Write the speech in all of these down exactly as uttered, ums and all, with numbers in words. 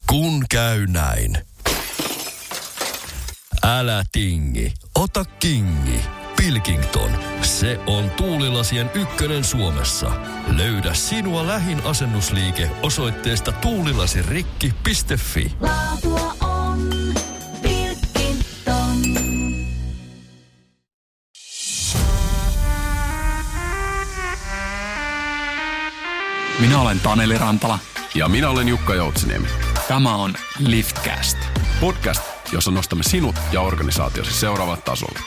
Kun käy näin. Älä tingi, ota kingi. Pilkington, se on tuulilasien ykkönen Suomessa. Löydä sinua lähin asennusliike osoitteesta tuulilasirikki piste fi. Laatua on Pilkington. Minä olen Taneli Rantala. Ja minä olen Jukka Joutsiniemi. Tämä on Liftcast. Podcast, jossa nostamme sinut ja organisaatiosi seuraavalle tasolle.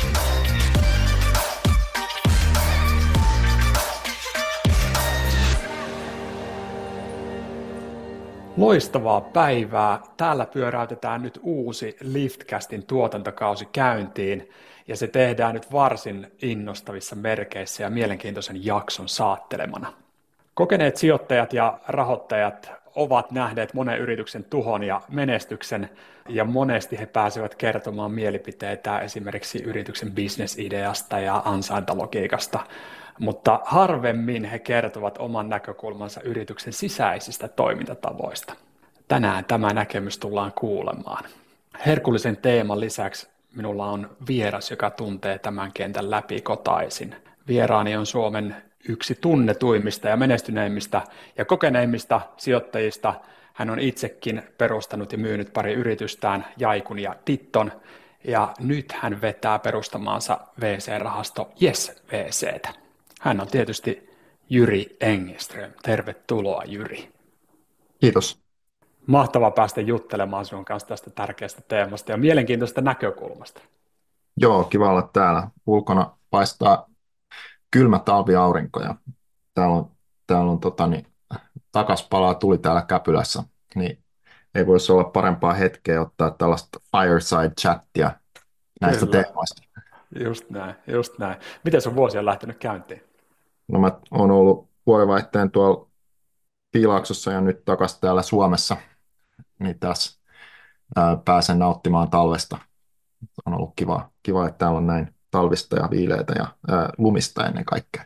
Loistavaa päivää. Täällä pyöräytetään nyt uusi Liftcastin tuotantokausi käyntiin, ja se tehdään nyt varsin innostavissa merkeissä ja mielenkiintoisen jakson saattelemana. Kokeneet sijoittajat ja rahoittajat ovat nähneet monen yrityksen tuhon ja menestyksen, ja monesti he pääsevät kertomaan mielipiteitä esimerkiksi yrityksen bisnesideasta ja ansaintalogiikasta, mutta harvemmin he kertovat oman näkökulmansa yrityksen sisäisistä toimintatavoista. Tänään tämä näkemys tullaan kuulemaan. Herkullisen teeman lisäksi minulla on vieras, joka tuntee tämän kentän läpikotaisin. Vieraani on Suomen yksi tunnetuimmista ja menestyneimmistä ja kokeneimmista sijoittajista. Hän on itsekin perustanut ja myynyt pari yritystään, Jaikun ja Titton, ja nyt hän vetää perustamaansa V C-rahasto Yes V C:tä. Hän on tietysti Jyri Engeström. Tervetuloa, Jyri. Kiitos. Mahtavaa päästä juttelemaan sinun kanssa tästä tärkeästä teemasta ja mielenkiintoisesta näkökulmasta. Joo, kiva olla täällä. Ulkona paistaa kylmä talviaurinko ja täällä on, täällä on tota, niin, takas palaa tuli täällä Käpylässä, niin ei voisi olla parempaa hetkeä ottaa tällaista fireside chattia näistä Kyllä. teemoista. Just näin, just näin. Miten sun vuosi on lähtenyt käyntiin? No mä oon ollut vuodenvaihteen tuolla Piilaaksossa ja nyt takaisin täällä Suomessa, niin tässä ää, pääsen nauttimaan talvesta. On ollut kiva, kiva, että täällä on näin talvista ja viileitä ja ää, lumista ennen kaikkea.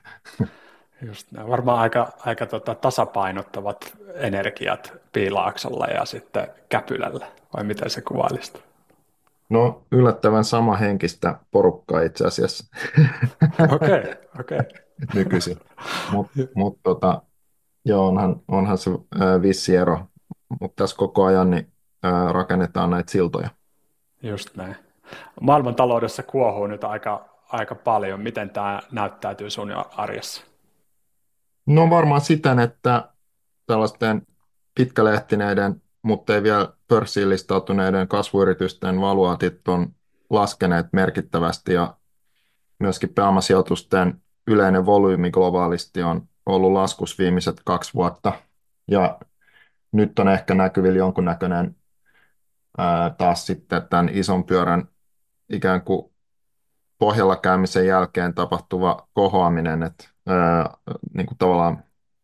Just näin. Varmaan aika, aika tota, tasapainottavat energiat Piilaaksolla ja sitten Käpylällä, vai miten se kuvailisit? No yllättävän sama henkistä porukkaa itse asiassa. Okei, okei. Nykyisin. Mutta mut, tota, joo, onhan, onhan se ää, vissi ero, mutta tässä koko ajan niin, ää, rakennetaan näitä siltoja. Just näin. Maailman taloudessa kuohuu nyt aika, aika paljon. Miten tämä näyttäytyy sun arjessa? No varmaan siten, että tällaisten pitkälle ehtineiden, mutta ei vielä pörssiin listautuneiden kasvuyritysten valuaatit on laskeneet merkittävästi ja myöskin pääomasijoitusten yleinen volyymi globaalisti on ollut laskussa viimeiset kaksi vuotta ja nyt on ehkä näkyvillä jonkunnäköinen ää, taas sitten tämän ison pyörän ikään kuin pohjalla käymisen jälkeen tapahtuva kohoaminen, että ää, niin kuin tavallaan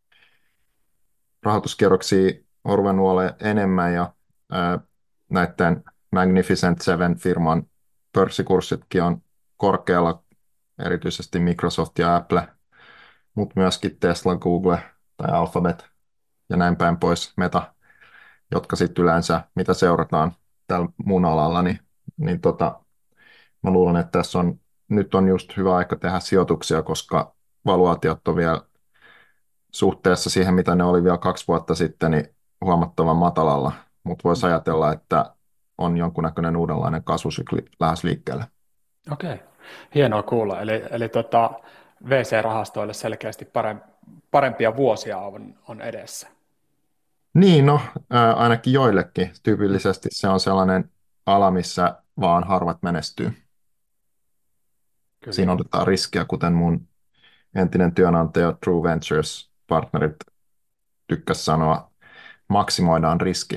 rahoituskierroksia on ruvennut olemaan enemmän ja ää, näiden Magnificent Seven-firman pörssikurssitkin on korkealla, erityisesti Microsoft ja Apple, mutta myöskin Tesla, Google tai Alphabet ja näin päin pois, Meta, jotka sitten yleensä, mitä seurataan tällä muun alalla, niin, niin tota, mä luulen, että tässä on, nyt on just hyvä aika tehdä sijoituksia, koska valuaatiot on vielä suhteessa siihen, mitä ne oli vielä kaksi vuotta sitten, niin huomattavan matalalla, mutta voisi ajatella, että on jonkunnäköinen uudenlainen kasvusykli lähes liikkeelle. Okei, hienoa kuulla. Eli, eli tota, V C-rahastoille selkeästi parempia vuosia on, on edessä. Niin, no ää, ainakin joillekin. Tyypillisesti se on sellainen ala, missä vaan harvat menestyy. Kyllä. Siinä otetaan riskiä, kuten mun entinen työnantaja True Ventures-partnerit tykkäs sanoa, maksimoidaan riski.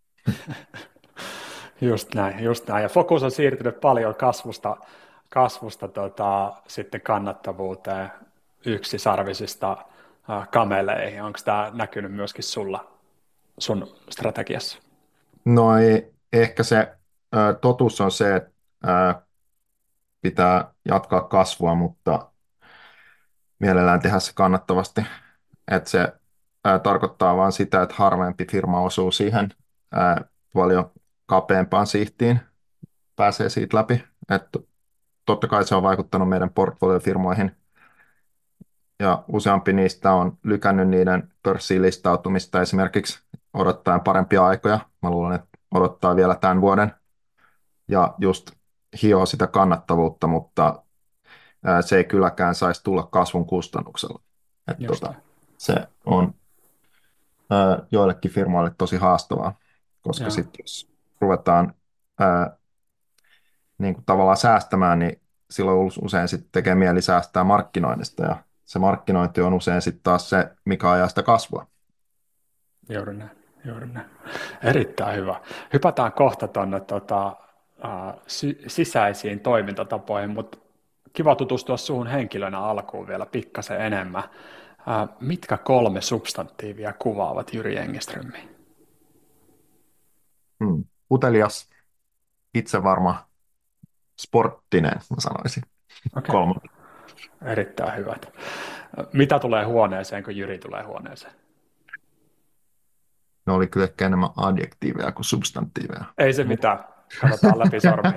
Just näin, just näin. Ja fokus on siirtynyt paljon kasvusta, kasvusta tota, sitten kannattavuuteen yksisarvisista äh, kameleihin. Onko tämä näkynyt myöskin sulla, sun strategiassa? No ei, ehkä se ä, totuus on se, että ä, pitää jatkaa kasvua, mutta mielellään tehdä se kannattavasti. Että se ä, tarkoittaa vain sitä, että harvempi firma osuu siihen ää, paljon kapeampaan sihtiin pääsee siitä läpi. Että totta kai se on vaikuttanut meidän portfoliofirmoihin, ja useampi niistä on lykännyt niiden pörssiin listautumista esimerkiksi odottaen parempia aikoja. Mä luulen, että odottaa vielä tämän vuoden ja just hioo sitä kannattavuutta, mutta ää, se ei kylläkään saisi tulla kasvun kustannuksella. Että tota, se on ää, joillekin firmoille tosi haastavaa, koska sitten jos ruvetaan ää, niin kuin tavallaan säästämään, niin silloin usein sitten tekee mieli säästää markkinoinnista, ja se markkinointi on usein sitten taas se, mikä ajaa sitä kasvua. Juuri näin, juuri näin. Erittäin hyvä. Hypätään kohta tuonne tota, sy- sisäisiin toimintatapoihin, mutta kiva tutustua suhun henkilönä alkuun vielä pikkasen enemmän. Ää, mitkä kolme substantiivia kuvaavat Jyri Engeströmiä? Hmm. Utelias, itsevarma, sporttinen, mä sanoisin. Okay. Kolme. Erittäin hyvät. Mitä tulee huoneeseen, kun Jyri tulee huoneeseen? Ne oli kyllä ehkä enemmän adjektiiveja kuin substantiiveja. Ei se mitään. Katsotaan läpi sormiin.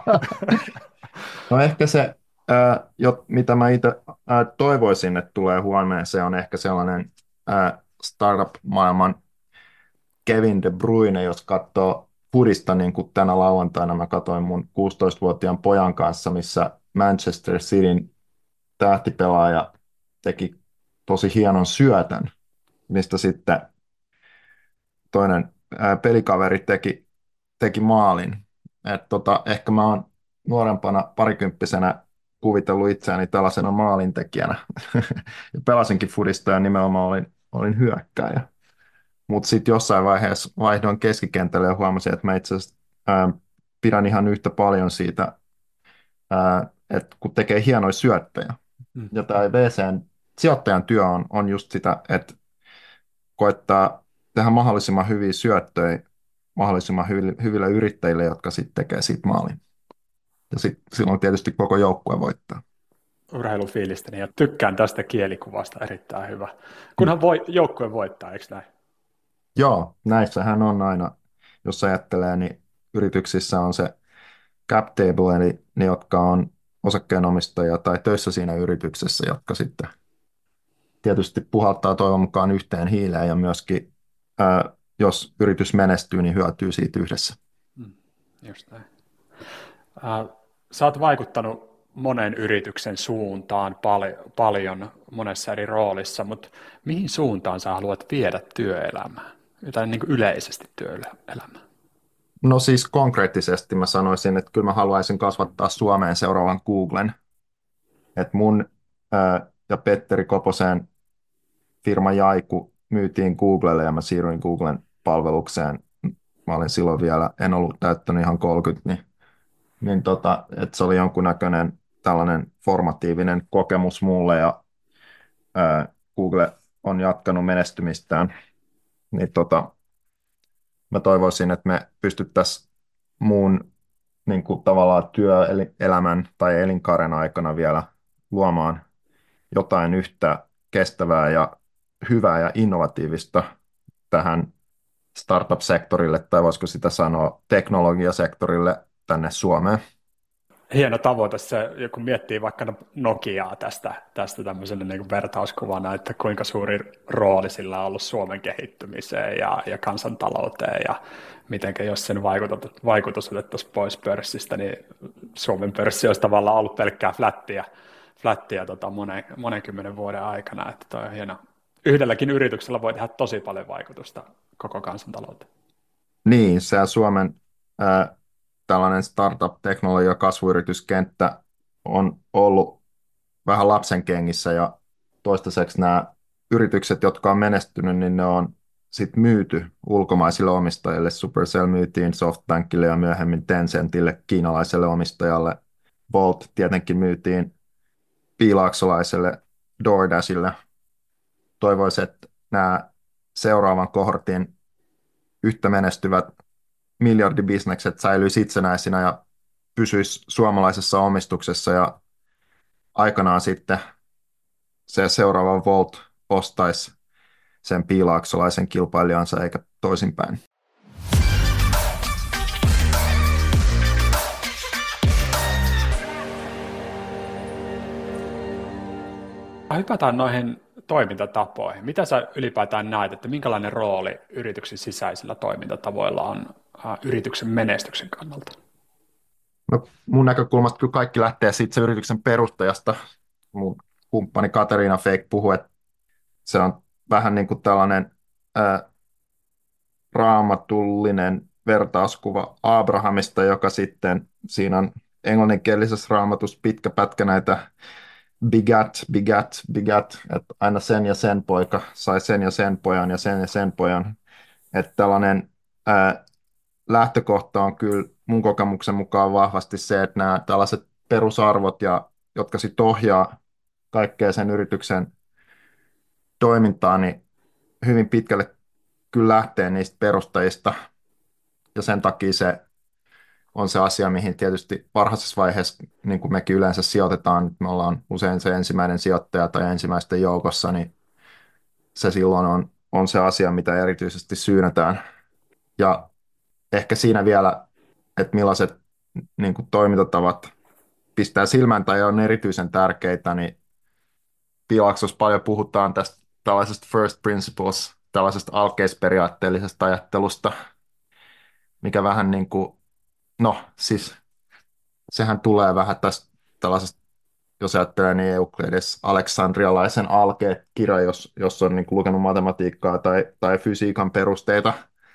No ehkä se, ää, jo, mitä mä itse ää, toivoisin, että tulee huoneeseen, on ehkä sellainen ää, startup-maailman Kevin De Bruyne, jos katsoo fudista, niin kuin tänä lauantaina mä katsoin mun kuusitoistavuotiaan pojan kanssa, missä Manchester Cityn tähtipelaaja teki tosi hienon syötön, mistä sitten toinen ää, pelikaveri teki, teki maalin. Et tota, ehkä mä oon nuorempana parikymppisenä kuvitellut itseäni tällaisena maalintekijänä. Ja pelasinkin fudista ja nimenomaan olin, olin hyökkääjä. Mutta sitten jossain vaiheessa vaihdoin keskikentälle ja huomasin, että mä itse asiassa ää, pidän ihan yhtä paljon siitä, ää, että kun tekee hienoja syöttöjä. Mm. Ja tämä V C:n sijoittajan työ on, on just sitä, että koettaa tehdä mahdollisimman hyviä syöttöjä mahdollisimman hyville, hyville yrittäjille, jotka sitten tekee siitä maalin. Ja sit, silloin tietysti koko joukkue voittaa. Urheilufiilistäni ja tykkään tästä kielikuvasta, erittäin hyvä. Kunhan voi, joukkue voittaa, eikö näin? Joo, näissähän on aina, jos ajattelee, niin yrityksissä on se cap table, eli ne, jotka on osakkeenomistajia tai töissä siinä yrityksessä, jotka sitten tietysti puhaltaa toivon mukaan yhteen hiileen ja myöskin, ää, jos yritys menestyy, niin hyötyy siitä yhdessä. Mm, just näin. Äh, sä oot vaikuttanut monen yrityksen suuntaan pal- paljon monessa eri roolissa, mutta mihin suuntaan sä haluat viedä työelämää? Tai niin kuin yleisesti työelämää? No siis konkreettisesti mä sanoisin, että kyllä mä haluaisin kasvattaa Suomeen seuraavan Googlen. Että mun ää, ja Petteri Koposen firma Jaiku myytiin Googlelle ja mä siirryin Googlen palvelukseen. Mä olin silloin vielä, en ollut täyttänyt ihan kolmekymmentä, niin, niin tota, että se oli jonkunnäköinen tällainen formatiivinen kokemus mulle ja ää, Google on jatkanut menestymistään. Niin tota, mä toivoisin, että me pystyttäisiin muun niin kuin tavallaan työelämän tai elinkaaren aikana vielä luomaan jotain yhtä kestävää ja hyvää ja innovatiivista tähän startup-sektorille, tai voisiko sitä sanoa teknologiasektorille tänne Suomeen. Hieno tavoite se, kun miettii vaikka Nokiaa tästä, tästä tämmöisenä niin kuin vertauskuvana, että kuinka suuri rooli sillä on ollut Suomen kehittymiseen ja, ja kansantalouteen, ja mitenkä jos sen vaikutus, vaikutus otettaisiin pois pörssistä, niin Suomen pörssi olisi tavallaan ollut pelkkää flättiä, flättiä tota monen, monenkymmenen vuoden aikana, että toi on hieno. Yhdelläkin yrityksellä voi tehdä tosi paljon vaikutusta koko kansantalouteen. Niin, se Suomen ää, tällainen startup-teknologia- kasvuyrityskenttä on ollut vähän lapsenkengissä ja toistaiseksi nämä yritykset, jotka on menestynyt, niin ne on sitten myyty ulkomaisille omistajille. Supercell myytiin SoftBankille ja myöhemmin Tencentille, kiinalaiselle omistajalle. Bolt tietenkin myytiin piilaaksolaiselle DoorDashille. Toivoisin, että nämä seuraavan kohortin yhtä menestyvät miljardibisnekset säilyisi itsenäisinä ja pysyisi suomalaisessa omistuksessa ja aikanaan sitten se seuraava Volt ostaisi sen piilaaksolaisen kilpailijansa eikä toisinpäin. hypätään noihin toimintatapoihin. Mitä sä ylipäätään näet, että minkälainen rooli yrityksen sisäisillä toimintatavoilla on ää, yrityksen menestyksen kannalta? No, mun näkökulmasta kyllä kaikki lähtee siitä se yrityksen perustajasta. Mun kumppani Kateriina Fake puhui, että se on vähän niin kuin tällainen ää, raamatullinen vertauskuva Abrahamista, joka sitten siinä on englanninkielisessä raamatussa pitkä pätkä näitä begat, begat, begat, että aina sen ja sen poika sai sen ja sen pojan ja sen ja sen pojan. Että tällainen ää, lähtökohta on kyllä mun kokemuksen mukaan vahvasti se, että nämä tällaiset perusarvot, ja, jotka sitten ohjaa kaikkea sen yrityksen toimintaa, niin hyvin pitkälle kyllä lähtee niistä perustajista, ja sen takia se on se asia, mihin tietysti varhaisessa vaiheessa, niin kuin mekin yleensä sijoitetaan, me ollaan usein se ensimmäinen sijoittaja tai ensimmäisten joukossa, niin se silloin on, on se asia, mitä erityisesti syynätään. Ja ehkä siinä vielä, että millaiset niin kuin toimintatavat pistää silmään tai on erityisen tärkeitä, niin Piilaksossa paljon puhutaan tästä tällaisesta first principles, tällaisesta alkeisperiaatteellisesta ajattelusta, mikä vähän niin kuin, no siis sehän tulee vähän tästä tällaisesta, jos ajattelee niin Euklides Aleksandrialaisen alkeet-kirja, jos, jos on niin kuin lukenut matematiikkaa tai, tai fysiikan perusteita,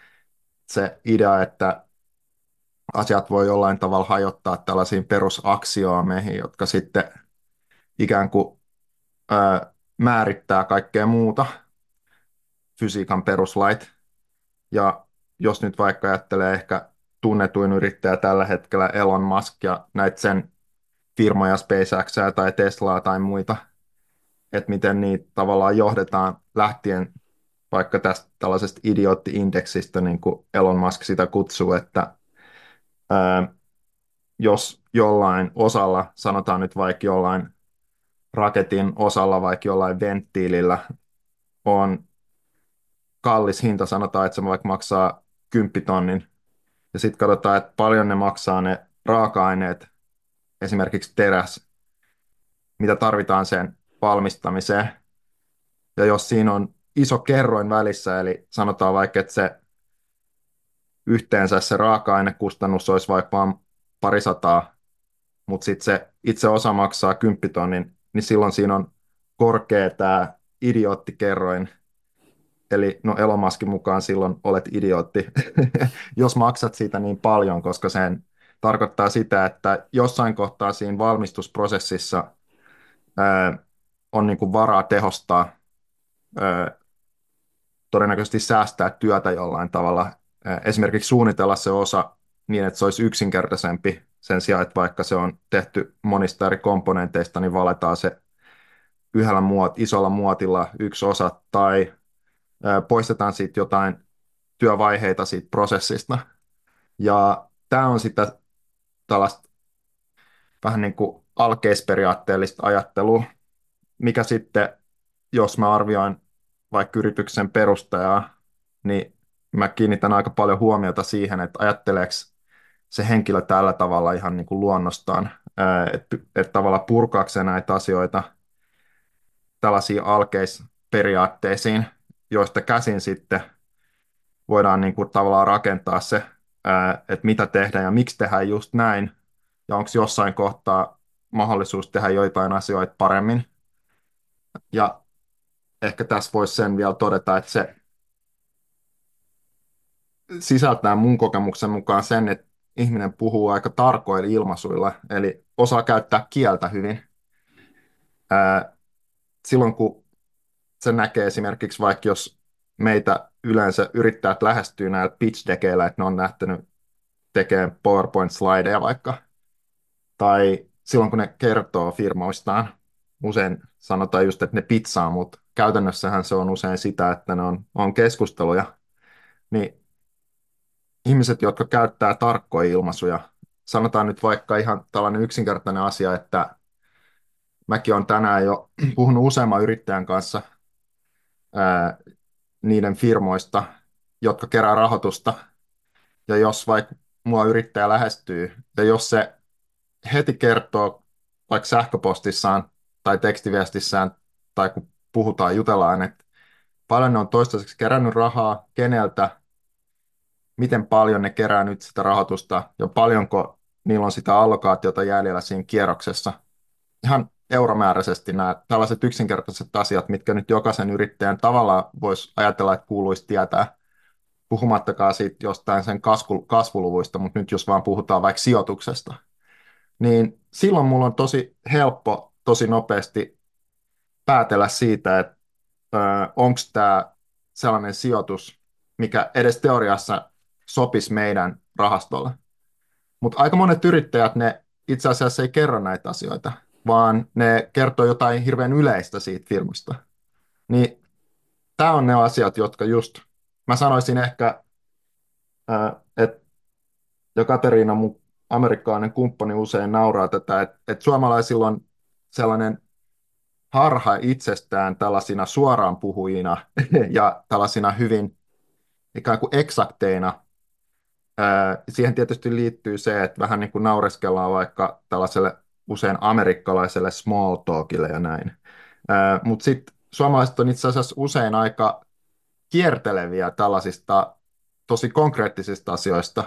se idea, että asiat voi jollain tavalla hajottaa tällaisiin perusaksioomeihin, jotka sitten ikään kuin ää, määrittää kaikkea muuta, fysiikan peruslait. Ja jos nyt vaikka ajattelee ehkä tunnetuin yrittäjä tällä hetkellä Elon Musk ja näitä sen firmoja, SpaceXää tai Teslaa tai muita, että miten niitä tavallaan johdetaan lähtien vaikka tästä tällaisesta idiootti-indeksistä, niin kuin Elon Musk sitä kutsuu, että ää, jos jollain osalla, sanotaan nyt vaikka jollain raketin osalla, vaikka jollain venttiilillä on kallis hinta, sanotaan, että se vaikka maksaa kymppitonnin, ja sitten katsotaan, että paljon ne maksaa ne raaka-aineet, esimerkiksi teräs, mitä tarvitaan sen valmistamiseen. Ja jos siinä on iso kerroin välissä, eli sanotaan vaikka, että se yhteensä se raaka-ainekustannus olisi vaikka vain parisataa, mutta sitten se itse osa maksaa kymppitonnin, niin silloin siinä on korkea tämä idioottikerroin. Eli no Elon Muskin mukaan silloin olet idiootti, jos maksat siitä niin paljon, koska sen tarkoittaa sitä, että jossain kohtaa siinä valmistusprosessissa ää, on niin kuin varaa tehostaa, ää, todennäköisesti säästää työtä jollain tavalla, ää, esimerkiksi suunnitella se osa niin, että se olisi yksinkertaisempi sen sijaan, että vaikka se on tehty monista eri komponenteista, niin valetaan se yhdellä muot, isolla muotilla yksi osa tai ää, poistetaan siitä jotain työvaiheita siitä prosessista. Ja tämä on sitä tällaista vähän niin kuin alkeisperiaatteellista ajattelua, mikä sitten, jos mä arvioin vaikka yrityksen perustajaa, niin mä kiinnitän aika paljon huomiota siihen, että ajatteleeko se henkilö tällä tavalla ihan niin kuin luonnostaan, että, että tavallaan purkaakseen näitä asioita tällaisiin alkeisperiaatteisiin, joista käsin sitten voidaan niin kuin tavallaan rakentaa se, että mitä tehdään ja miksi tehdään just näin, ja onko jossain kohtaa mahdollisuus tehdä joitain asioita paremmin. Ja ehkä tässä voisi sen vielä todeta, että se sisältää mun kokemuksen mukaan sen, että ihminen puhuu aika tarkoilla ilmaisuilla, eli osaa käyttää kieltä hyvin. Ää, silloin kun se näkee esimerkiksi vaikka jos meitä yleensä yrittäjät lähestyy näillä pitch-dekeillä, että ne on nähtänyt tekemään PowerPoint-slideja vaikka, tai silloin kun ne kertoo firmoistaan, usein sanotaan just, että ne pitsaa, mutta käytännössähän se on usein sitä, että ne on, on keskusteluja, niin ihmiset, jotka käyttää tarkkoja ilmaisuja, sanotaan nyt vaikka ihan tällainen yksinkertainen asia, että mäkin olen tänään jo puhunut useamman yrittäjän kanssa ää, niiden firmoista, jotka kerää rahoitusta, ja jos vaikka mua yrittäjä lähestyy, ja jos se heti kertoo vaikka sähköpostissaan tai tekstiviestissään tai kun puhutaan, jutellaan, että paljon ne on toistaiseksi kerännyt rahaa, keneltä, miten paljon ne kerää nyt sitä rahoitusta ja paljonko niillä on sitä allokaatiota jäljellä siinä kierroksessa. Ihan euromääräisesti nämä tällaiset yksinkertaiset asiat, mitkä nyt jokaisen yrittäjän tavallaan voisi ajatella, että kuuluisi tietää, puhumattakaan siitä jostain sen kasvu, kasvuluvuista, mutta nyt jos vaan puhutaan vaikka sijoituksesta, niin silloin mulla on tosi helppo, tosi nopeasti päätellä siitä, että onko tämä sellainen sijoitus, mikä edes teoriassa sopisi meidän rahastolle. Mutta aika monet yrittäjät, ne itse asiassa ei kerro näitä asioita, vaan ne kertoo jotain hirveän yleistä siitä firmasta. Niin tämä on ne asiat, jotka just, mä sanoisin ehkä, että ja Kateriina, mun amerikkalainen kumppani, usein nauraa tätä, että, että suomalaisilla on sellainen harha itsestään tällaisina suoraan puhujina ja tällaisina hyvin ikään kuin eksakteina. Siihen tietysti liittyy se, että vähän niin kuin naureskellaan vaikka tällaiselle usein amerikkalaiselle small talkille ja näin. Mutta sitten suomalaiset on itse asiassa usein aika kierteleviä tällaisista tosi konkreettisista asioista,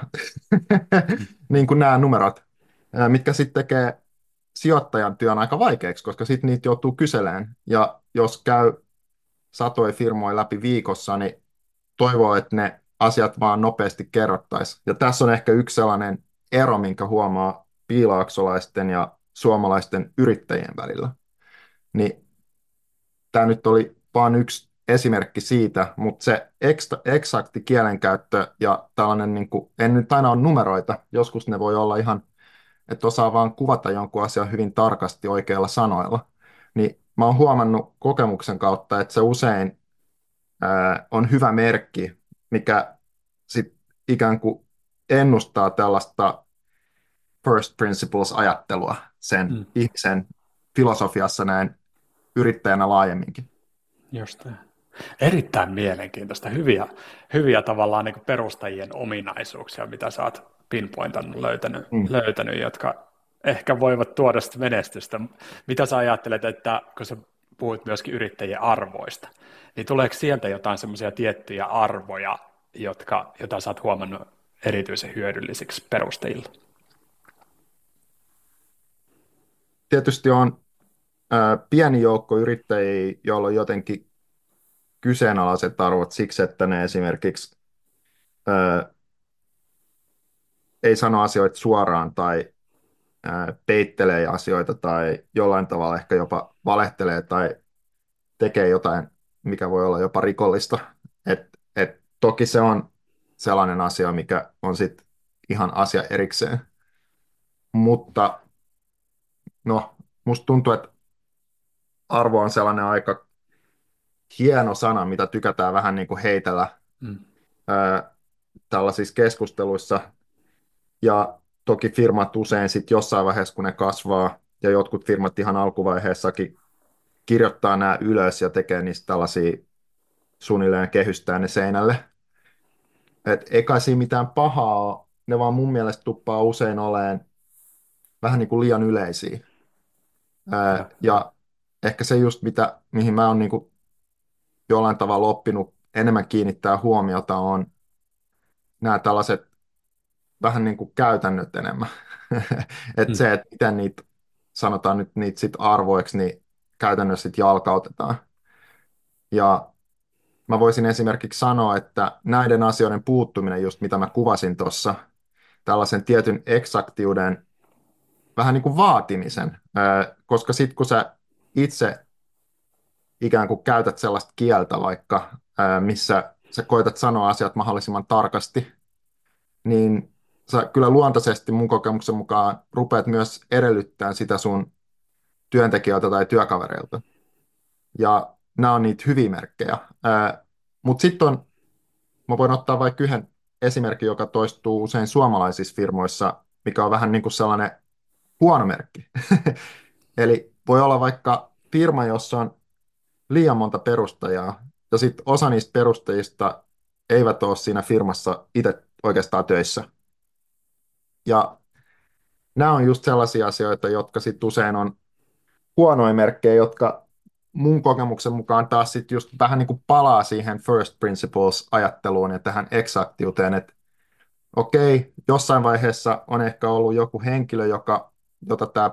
niin kuin nämä numerot, mitkä sitten tekee sijoittajan työn aika vaikeaksi, koska sitten niitä joutuu kyselemään. Ja jos käy satoja firmoja läpi viikossa, niin toivoo, että ne asiat vaan nopeasti kerrottaisiin. Ja tässä on ehkä yksi sellainen ero, minkä huomaa piilaaksolaisten ja suomalaisten yrittäjien välillä. Niin tämä nyt oli vain yksi esimerkki siitä, mutta se ekstra, eksakti kielenkäyttö ja tällainen, niin kuin, en nyt aina ole numeroita, joskus ne voi olla ihan, että osaa vaan kuvata jonkun asian hyvin tarkasti oikeilla sanoilla, niin mä oon huomannut kokemuksen kautta, että se usein ää, on hyvä merkki, mikä sit ikään kuin ennustaa tällaista first principles-ajattelua sen mm. ihmisen filosofiassa näin yrittäjänä laajemminkin. Just näin. Erittäin mielenkiintoista. Hyviä, hyviä tavallaan niin kuin perustajien ominaisuuksia, mitä sä oot pinpointannut, löytänyt, mm. löytänyt, jotka ehkä voivat tuoda sitä menestystä. Mitä sä ajattelet, että kun sä puhuit myöskin yrittäjien arvoista, niin tuleeko sieltä jotain semmoisia tiettyjä arvoja, jotka, joita sä oot huomannut erityisen hyödyllisiksi perustajilla? Tietysti on ää, pieni joukko yrittäjiä, joilla on jotenkin kyseenalaiset arvot siksi, että ne esimerkiksi ää, ei sano asioita suoraan tai ää, peittelee asioita tai jollain tavalla ehkä jopa valehtelee tai tekee jotain, mikä voi olla jopa rikollista. Et, et, toki se on sellainen asia, mikä on sitten ihan asia erikseen. Mutta no, musta tuntuu, että arvo on sellainen aika hieno sana, mitä tykätään vähän niin kuin heitellä mm. ää, tällaisissa keskusteluissa. Ja toki firmat usein sitten jossain vaiheessa, kun ne kasvaa, ja jotkut firmat ihan alkuvaiheessakin kirjoittaa nämä ylös ja tekee niistä tällaisia suunnilleen kehystää ne seinälle. Et eikä siinä mitään pahaa, ne vaan mun mielestä tuppaa usein oleen vähän niin kuin liian yleisiä. Ää, ja. ja ehkä se just, mitä, mihin mä oon niin kuin jollain tavalla oppinut enemmän kiinnittää huomiota, on nämä tällaiset vähän niin kuin käytännöt enemmän. että mm. se, että miten niitä, sanotaan nyt niitä sit arvoiksi, niin käytännössä sit jalkautetaan. Ja mä voisin esimerkiksi sanoa, että näiden asioiden puuttuminen, just mitä mä kuvasin tuossa, tällaisen tietyn eksaktiuden vähän niin kuin vaatimisen, koska sitten kun sä itse ikään kuin käytät sellaista kieltä vaikka, missä sä koetat sanoa asiat mahdollisimman tarkasti, niin sä kyllä luontaisesti mun kokemuksen mukaan rupeat myös edellyttämään sitä sun työntekijöiltä tai työkavereilta. Ja nämä on niitä hyviä merkkejä. Mutta sitten on, mä voin ottaa vaikka yhden esimerkin, joka toistuu usein suomalaisissa firmoissa, mikä on vähän niin kuin sellainen huono merkki. Eli voi olla vaikka firma, jossa on liian monta perustajaa, ja sitten osa niistä perustajista eivät ole siinä firmassa itse oikeastaan töissä. Ja nämä on just sellaisia asioita, jotka sitten usein on huonoja merkkejä, jotka mun kokemuksen mukaan taas sit just vähän niin kuin palaa siihen first principles-ajatteluun ja tähän eksaktiuteen, että okei, jossain vaiheessa on ehkä ollut joku henkilö, joka, jota tämä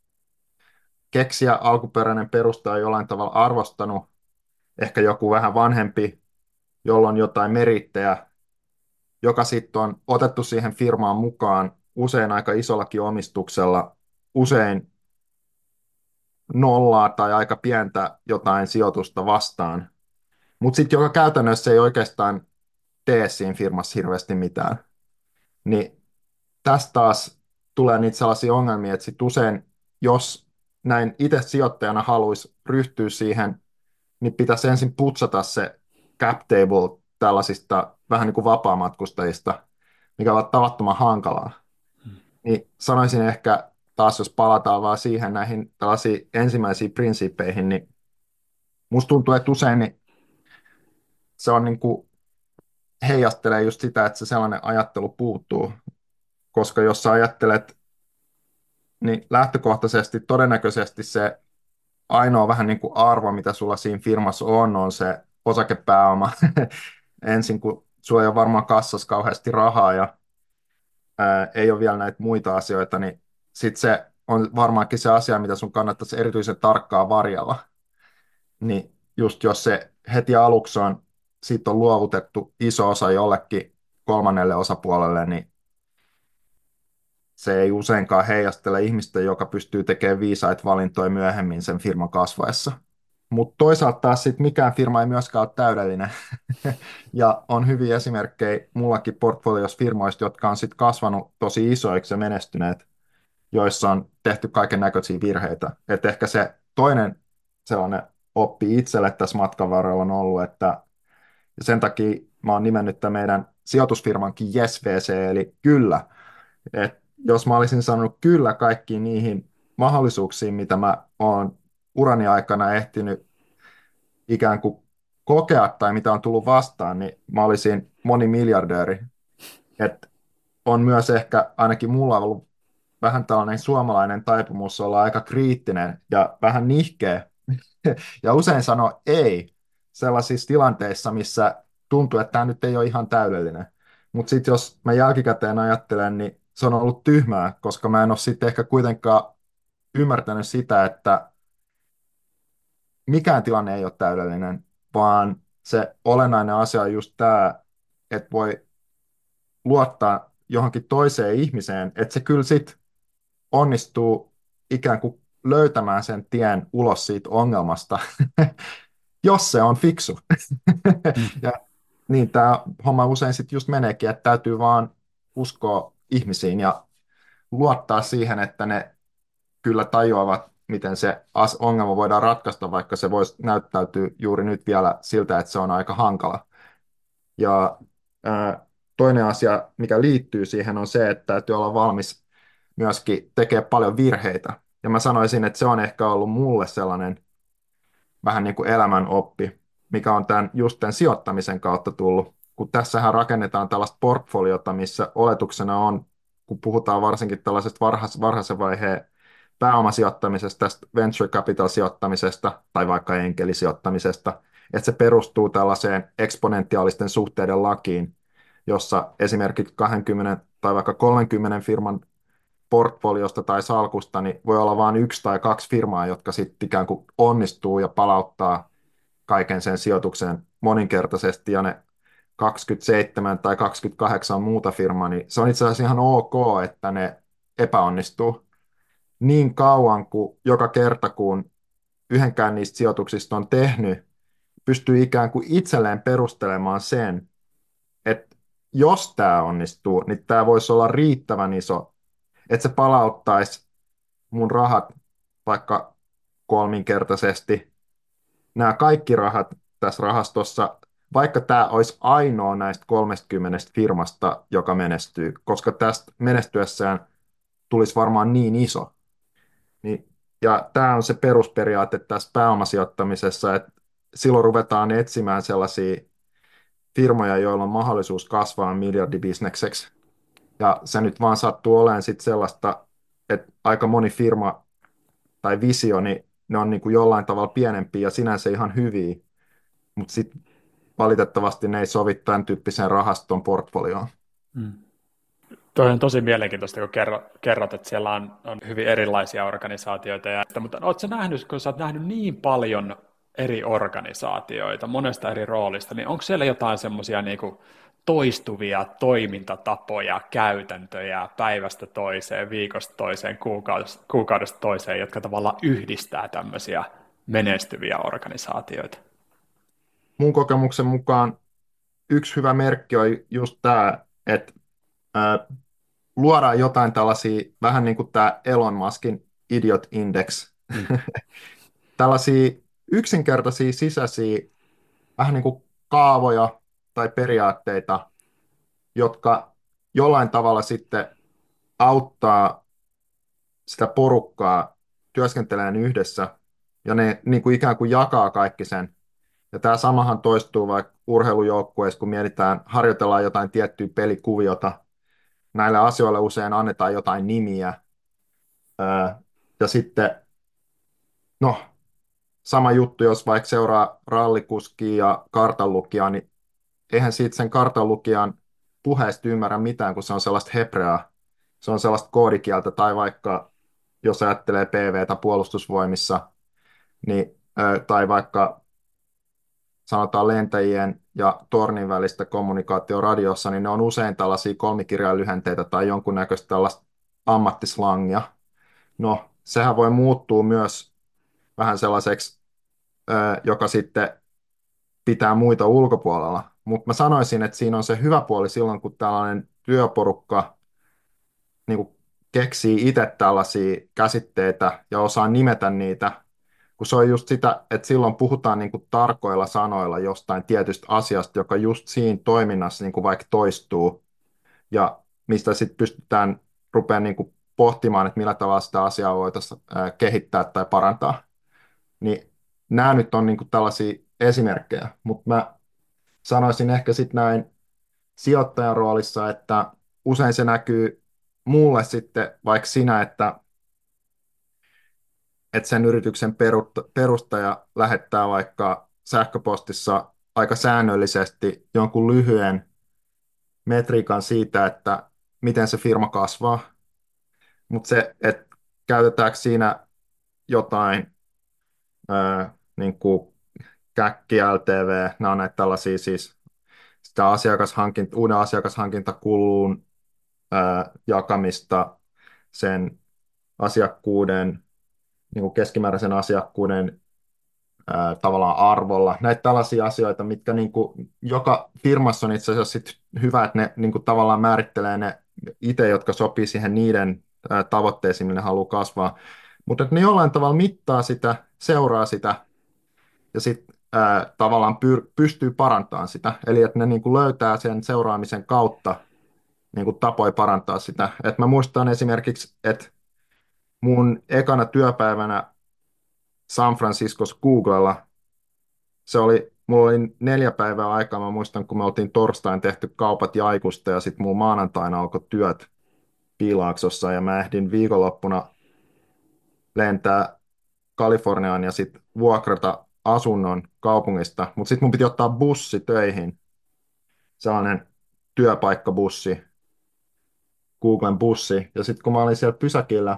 keksijä, alkuperäinen perustaja on jollain tavalla arvostanut, ehkä joku vähän vanhempi, jolla on jotain merittejä, joka sitten on otettu siihen firmaan mukaan, usein aika isollakin omistuksella, usein nollaa tai aika pientä jotain sijoitusta vastaan, mutta sitten joka käytännössä ei oikeastaan tee siinä firmassa hirveästi mitään. Niin tästä taas tulee niitä sellaisia ongelmia, että sit usein, jos näin itse sijoittajana haluaisi ryhtyä siihen, niin pitäisi ensin putsata se cap table tällaisista vähän niin kuin vapaamatkustajista, mikä on tavattoman hankalaa. Hmm. Niin sanoisin ehkä taas, jos palataan vaan siihen näihin tällaisiin ensimmäisiin prinsiippeihin, niin musta tuntuu, että usein niin se on niin kuin heijastelee just sitä, että se sellainen ajattelu puuttuu, koska jos sä ajattelet, niin lähtökohtaisesti todennäköisesti se ainoa vähän niin kuin arvo, mitä sulla siinä firmassa on, on se osakepääoma. Ensin, kun sulla ei ole varmaan kassassa kauheasti rahaa ja ää, ei ole vielä näitä muita asioita, niin sitten se on varmaankin se asia, mitä sun kannattaisi erityisen tarkkaan varjella. Niin just jos se heti aluksi on, siitä on luovutettu iso osa jollekin kolmannelle osapuolelle, niin se ei useinkaan heijastele ihmistä, joka pystyy tekemään viisaita valintoja myöhemmin sen firman kasvaessa. Mutta toisaalta taas sit mikään firma ei myöskään ole täydellinen. Ja on hyviä esimerkkejä mullakin portfoliossa firmoista, jotka on sitten kasvanut tosi isoiksi ja menestyneet, joissa on tehty kaiken näköisiä virheitä. Et ehkä se toinen sellainen oppi itselle tässä matkan varrella on ollut, että sen takia mä oon nimennyt tämän meidän sijoitusfirmankin Yes V C, eli kyllä. Et jos mä olisin sanonut kyllä kaikkiin niihin mahdollisuuksiin, mitä mä oon urani aikana ehtinyt ikään kuin kokea tai mitä on tullut vastaan, niin mä olisin monimiljardööri. Et on myös ehkä, ainakin mulla on ollut vähän tällainen suomalainen taipumus olla aika kriittinen ja vähän nihkeä. Ja usein sano ei sellaisissa tilanteissa, missä tuntuu, että tämä nyt ei ole ihan täydellinen. Mutta sitten jos mä jälkikäteen ajattelen, niin se on ollut tyhmää, koska mä en ole sitten ehkä kuitenkaan ymmärtänyt sitä, että mikään tilanne ei ole täydellinen, vaan se olennainen asia on just tämä, että voi luottaa johonkin toiseen ihmiseen, että se kyllä sitten onnistuu ikään kuin löytämään sen tien ulos siitä ongelmasta, jos se on fiksu. Ja niin tämä homma usein sitten just meneekin, että täytyy vaan uskoa ihmisiin ja luottaa siihen, että ne kyllä tajuavat, miten se ongelma voidaan ratkaista, vaikka se voisi näyttäytyä juuri nyt vielä siltä, että se on aika hankala. Ja ää, toinen asia, mikä liittyy siihen, on se, että täytyy olla valmis myöskin tekemään paljon virheitä. Ja mä sanoisin, että se on ehkä ollut mulle sellainen vähän niin kuin elämän oppi, mikä on tämän, just tämän sijoittamisen kautta tullut. Kun tässähän rakennetaan tällaista portfoliota, missä oletuksena on, kun puhutaan varsinkin tällaisesta varhais, varhaisen vaiheen pääomasijoittamisesta, tästä venture capital sijoittamisesta tai vaikka enkelisijoittamisesta, että se perustuu tällaiseen eksponentiaalisten suhteiden lakiin, jossa esimerkiksi kaksikymmentä tai vaikka kolmenkymmenen firman portfoliosta tai salkusta, niin voi olla vain yksi tai kaksi firmaa, jotka sitten ikään kuin onnistuu ja palauttaa kaiken sen sijoituksen moninkertaisesti, ja ne kaksikymmentäseitsemän tai kaksikymmentäkahdeksan muuta firmaa, niin se on itse asiassa ihan ok, että ne epäonnistuu niin kauan kuin joka kerta, kun yhdenkään niistä sijoituksista on tehnyt, pystyy ikään kuin itselleen perustelemaan sen, että jos tämä onnistuu, niin tämä voisi olla riittävän iso, että se palauttaisi mun rahat vaikka kolminkertaisesti. Nämä kaikki rahat tässä rahastossa, vaikka tämä olisi ainoa näistä kolmekymmentä firmasta, joka menestyy, koska tästä menestyessään tulisi varmaan niin iso. Niin, ja tämä on se perusperiaate tässä pääomasijoittamisessa, että silloin ruvetaan etsimään sellaisia firmoja, joilla on mahdollisuus kasvaa miljardibisnekseksi. Ja se nyt vaan sattuu olemaan sit sellaista, että aika moni firma tai visio niin ne on niin kuin jollain tavalla pienempiä ja sinänsä ihan hyviä, mutta sitten valitettavasti ne ei sovi tämän tyyppiseen rahaston portfolioon. Mm. Toi on tosi mielenkiintoista, kun kerrot, kerrot että siellä on, on hyvin erilaisia organisaatioita. Ja, mutta oletko sä nähnyt, kun sä oot nähnyt niin paljon eri organisaatioita, monesta eri roolista, niin onko siellä jotain semmoisia niin kuin toistuvia toimintatapoja, käytäntöjä päivästä toiseen, viikosta toiseen, kuukaudesta, kuukaudesta toiseen, jotka tavallaan yhdistää tämmöisiä menestyviä organisaatioita? Mun kokemuksen mukaan yksi hyvä merkki on just tämä, että ää, luodaan jotain tällaisia, vähän niin kuin tämä Elon Muskin Idiot Index, mm. tällaisia yksinkertaisia sisäisiä, vähän niin kuin kaavoja tai periaatteita, jotka jollain tavalla sitten auttaa sitä porukkaa työskentelemään yhdessä, ja ne niin kuin ikään kuin jakaa kaikki sen. Ja tämä samahan toistuu vaikka urheilujoukkueissa, kun mietitään, harjoitellaan jotain tiettyä pelikuviota. Näille asioille usein annetaan jotain nimiä. Ja sitten, no, sama juttu, jos vaikka seuraa rallikuskia ja kartanlukijaa, niin eihän siitä sen kartanlukijan puheesta ymmärrä mitään, kun se on sellaista hebreaa. Se on sellaista koodikieltä, tai vaikka jos ajattelee P V:tä puolustusvoimissa, niin, tai vaikka sanotaan lentäjien ja tornin välistä kommunikaatio radiossa, niin ne on usein tällaisia kolmikirjailyhenteitä tai jonkunnäköistä tällaista ammattislangia. No, sehän voi muuttua myös vähän sellaiseksi, joka sitten pitää muita ulkopuolella. Mutta mä sanoisin, että siinä on se hyvä puoli silloin, kun tällainen työporukka niin kuin keksii itse tällaisia käsitteitä ja osaa nimetä niitä, kun se on just sitä, että silloin puhutaan niin kuin tarkoilla sanoilla jostain tietystä asiasta, joka just siinä toiminnassa niin kuin vaikka toistuu, ja mistä sitten pystytään rupeamaan niin kuin pohtimaan, että millä tavalla sitä asiaa voitaisiin kehittää tai parantaa. Niin nämä nyt on niin kuin tällaisia esimerkkejä, mutta mä sanoisin ehkä sitten näin sijoittajan roolissa, että usein se näkyy mulle sitten vaikka siinä, että että sen yrityksen perustaja lähettää vaikka sähköpostissa aika säännöllisesti jonkun lyhyen metriikan siitä, että miten se firma kasvaa, mutta se, että käytetäänkö siinä jotain ää, niin kuin käkki, L T V, nämä on näitä tällaisia siis sitä asiakashankinta, uuden asiakashankintakuluun ää, jakamista sen asiakkuuden, niin kuin keskimääräisen asiakkuuden ää, tavallaan arvolla. Näitä tällaisia asioita, mitkä niin kuin, joka firmassa on itse asiassa sit hyvä, että ne niin kuin, tavallaan määrittelee ne itse, jotka sopii siihen niiden ää, tavoitteisiin, millä ne haluaa kasvaa. Mutta ne jollain tavalla mittaa sitä, seuraa sitä ja sitten tavallaan pyr- pystyy parantamaan sitä. Eli että ne niin kuin, löytää sen seuraamisen kautta niin kuin, tapoja parantaa sitä. Et mä muistan esimerkiksi, että mun ekana työpäivänä San Franciscossa Googlella, se oli, mulla oli neljä päivää aikaa, mä muistan, kun me oltiin torstain tehty kaupat Jaikusta ja sitten mulla maanantaina alkoi työt Piilaaksossa ja mä ehdin viikonloppuna lentää Kaliforniaan ja sitten vuokrata asunnon kaupungista, mutta sitten mun piti ottaa bussi töihin, sellainen työpaikkabussi, Googlen bussi, ja sitten kun mä olin siellä pysäkillä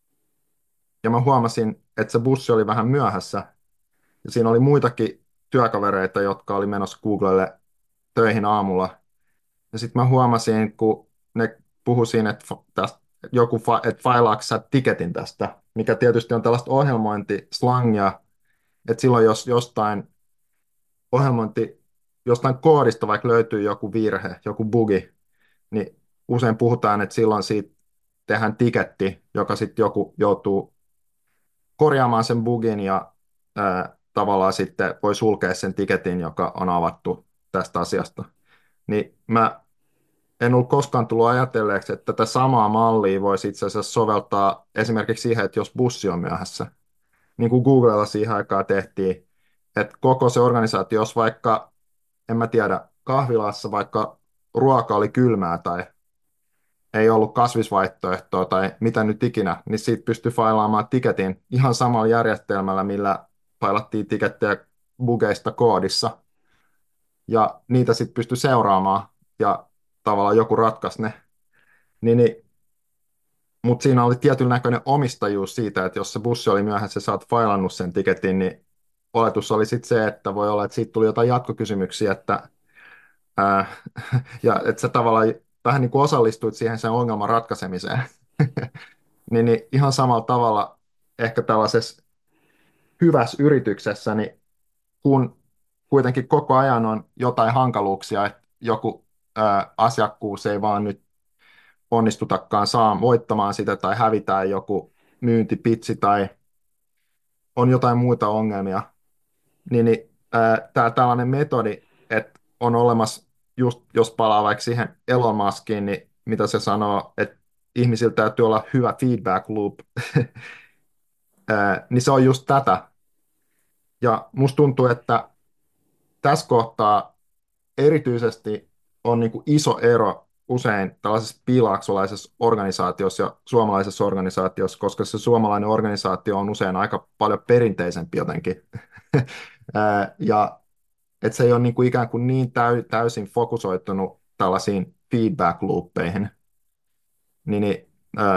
ja mä huomasin, että se bussi oli vähän myöhässä, ja siinä oli muitakin työkavereita, jotka oli menossa Googlelle töihin aamulla. Ja sitten mä huomasin, kun ne puhui siinä, että, tästä, joku, että failaatko sä tiketin tästä, mikä tietysti on tällaista ohjelmointislangia, että silloin jos jostain ohjelmointi, jostain koodista vaikka löytyy joku virhe, joku bugi, niin usein puhutaan, että silloin siitä tehdään tiketti, joka sitten joku joutuu korjaamaan sen bugin ja ää, tavallaan sitten voi sulkea sen tiketin, joka on avattu tästä asiasta. Niin mä en ollut koskaan tullut ajatelleeksi, että tätä samaa mallia voisi itse asiassa soveltaa esimerkiksi siihen, että jos bussi on myöhässä, niin kuin Googlella siihen aikaan tehtiin, että koko se organisaatio, jos vaikka, en mä tiedä, kahvilassa vaikka ruoka oli kylmää tai ei ollut kasvisvaihtoehtoa tai mitä nyt ikinä, niin siitä pystyi failaamaan tiketin ihan samalla järjestelmällä, millä failattiin tikettejä bugeista koodissa. Ja niitä sitten pystyi seuraamaan ja tavallaan joku ratkaisi ne. Niin, niin, mutta siinä oli tietyn näköinen omistajuus siitä, että jos se bussi oli myöhässä ja sä oot failannut sen tiketin, niin oletus oli sitten se, että voi olla, että siitä tuli jotain jatkokysymyksiä, että, ää, ja että sä tavallaan vähän niin kuin osallistuit siihen sen ongelman ratkaisemiseen. niin, niin ihan samalla tavalla ehkä tällaisessa hyvässä yrityksessä, niin kun kuitenkin koko ajan on jotain hankaluuksia, että joku ää, asiakkuus ei vaan nyt onnistutakaan saa voittamaan sitä tai hävitään joku myyntipitsi tai on jotain muita ongelmia, niin, niin tämä tällainen metodi, että on olemassa, just jos palaa vaikka siihen Elon Muskiin, niin mitä se sanoo, että ihmisillä täytyy olla hyvä feedback loop, ää, niin se on just tätä. Ja musta tuntuu, että tässä kohtaa erityisesti on niin kuin iso ero usein tällaisessa piilaaksolaisessa organisaatiossa ja suomalaisessa organisaatiossa, koska se suomalainen organisaatio on usein aika paljon perinteisempi jotenkin. Ää, ja että se ei ole niin kuin ikään kuin niin täy, täysin fokusoitunut tällaisiin feedback-loopeihin. Niin, niin,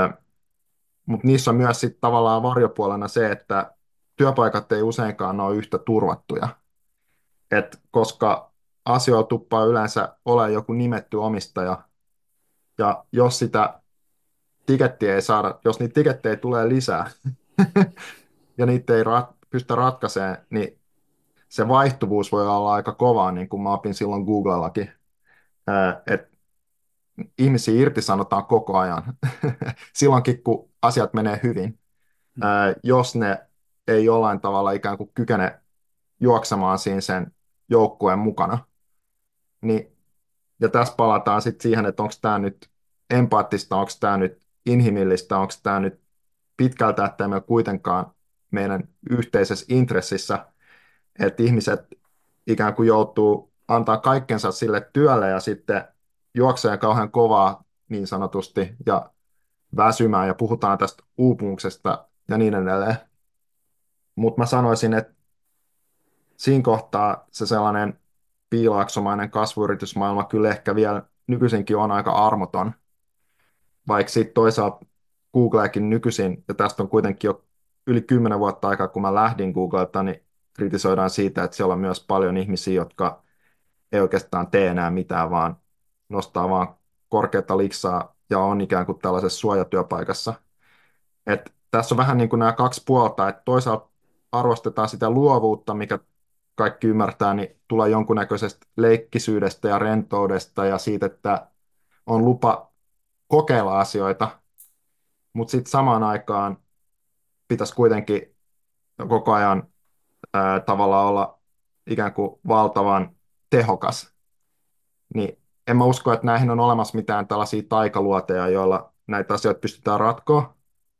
mutta niissä on myös sit tavallaan varjopuolena se, että työpaikat ei useinkaan ole yhtä turvattuja. Et koska asioilla tuppaa yleensä ole joku nimetty omistaja, ja jos sitä tikettiä ei saada, jos niitä tikettejä tulee lisää, ja niitä ei rat, pystytä ratkaisemaan, niin se vaihtuvuus voi olla aika kovaa, niin kuin mä opin silloin Googlellakin, että ihmisiä irtisanotaan koko ajan, silloinkin kun asiat menee hyvin, ää, jos ne ei jollain tavalla ikään kuin kykene juoksemaan siinä sen joukkueen mukana. Niin, ja tässä palataan sitten siihen, että onko tämä nyt empaattista, onko tämä nyt inhimillistä, onko tämä nyt pitkältä tähtäimellä kuitenkaan meidän yhteisessä intressissä, että ihmiset ikään kuin joutuu antaa kaikkensa sille työlle ja sitten juoksee kauhean kovaa niin sanotusti ja väsymään ja puhutaan tästä uupumuksesta ja niin edelleen. Mutta mä sanoisin, että siinä kohtaa se sellainen piilaaksomainen kasvuyritysmaailma kyllä ehkä vielä nykyisinkin on aika armoton, vaikka sitten toisaalta Googleakin nykyisin, ja tästä on kuitenkin jo yli kymmenen vuotta aikaa, kun mä lähdin Googlelta, niin kritisoidaan siitä, että siellä on myös paljon ihmisiä, jotka ei oikeastaan tee enää mitään, vaan nostaa vaan korkeata liksaa ja on ikään kuin tällaisessa suojatyöpaikassa. Et tässä on vähän niin kuin nämä kaksi puolta, että toisaalta arvostetaan sitä luovuutta, mikä kaikki ymmärtää, niin tulee jonkunnäköisestä leikkisyydestä ja rentoudesta ja siitä, että on lupa kokeilla asioita, mutta sitten samaan aikaan pitäisi kuitenkin koko ajan ää, tavallaan olla ikään kuin valtavan tehokas. Niin en mä usko, että näihin on olemassa mitään tällaisia taikaluoteja, joilla näitä asioita pystytään ratkoa,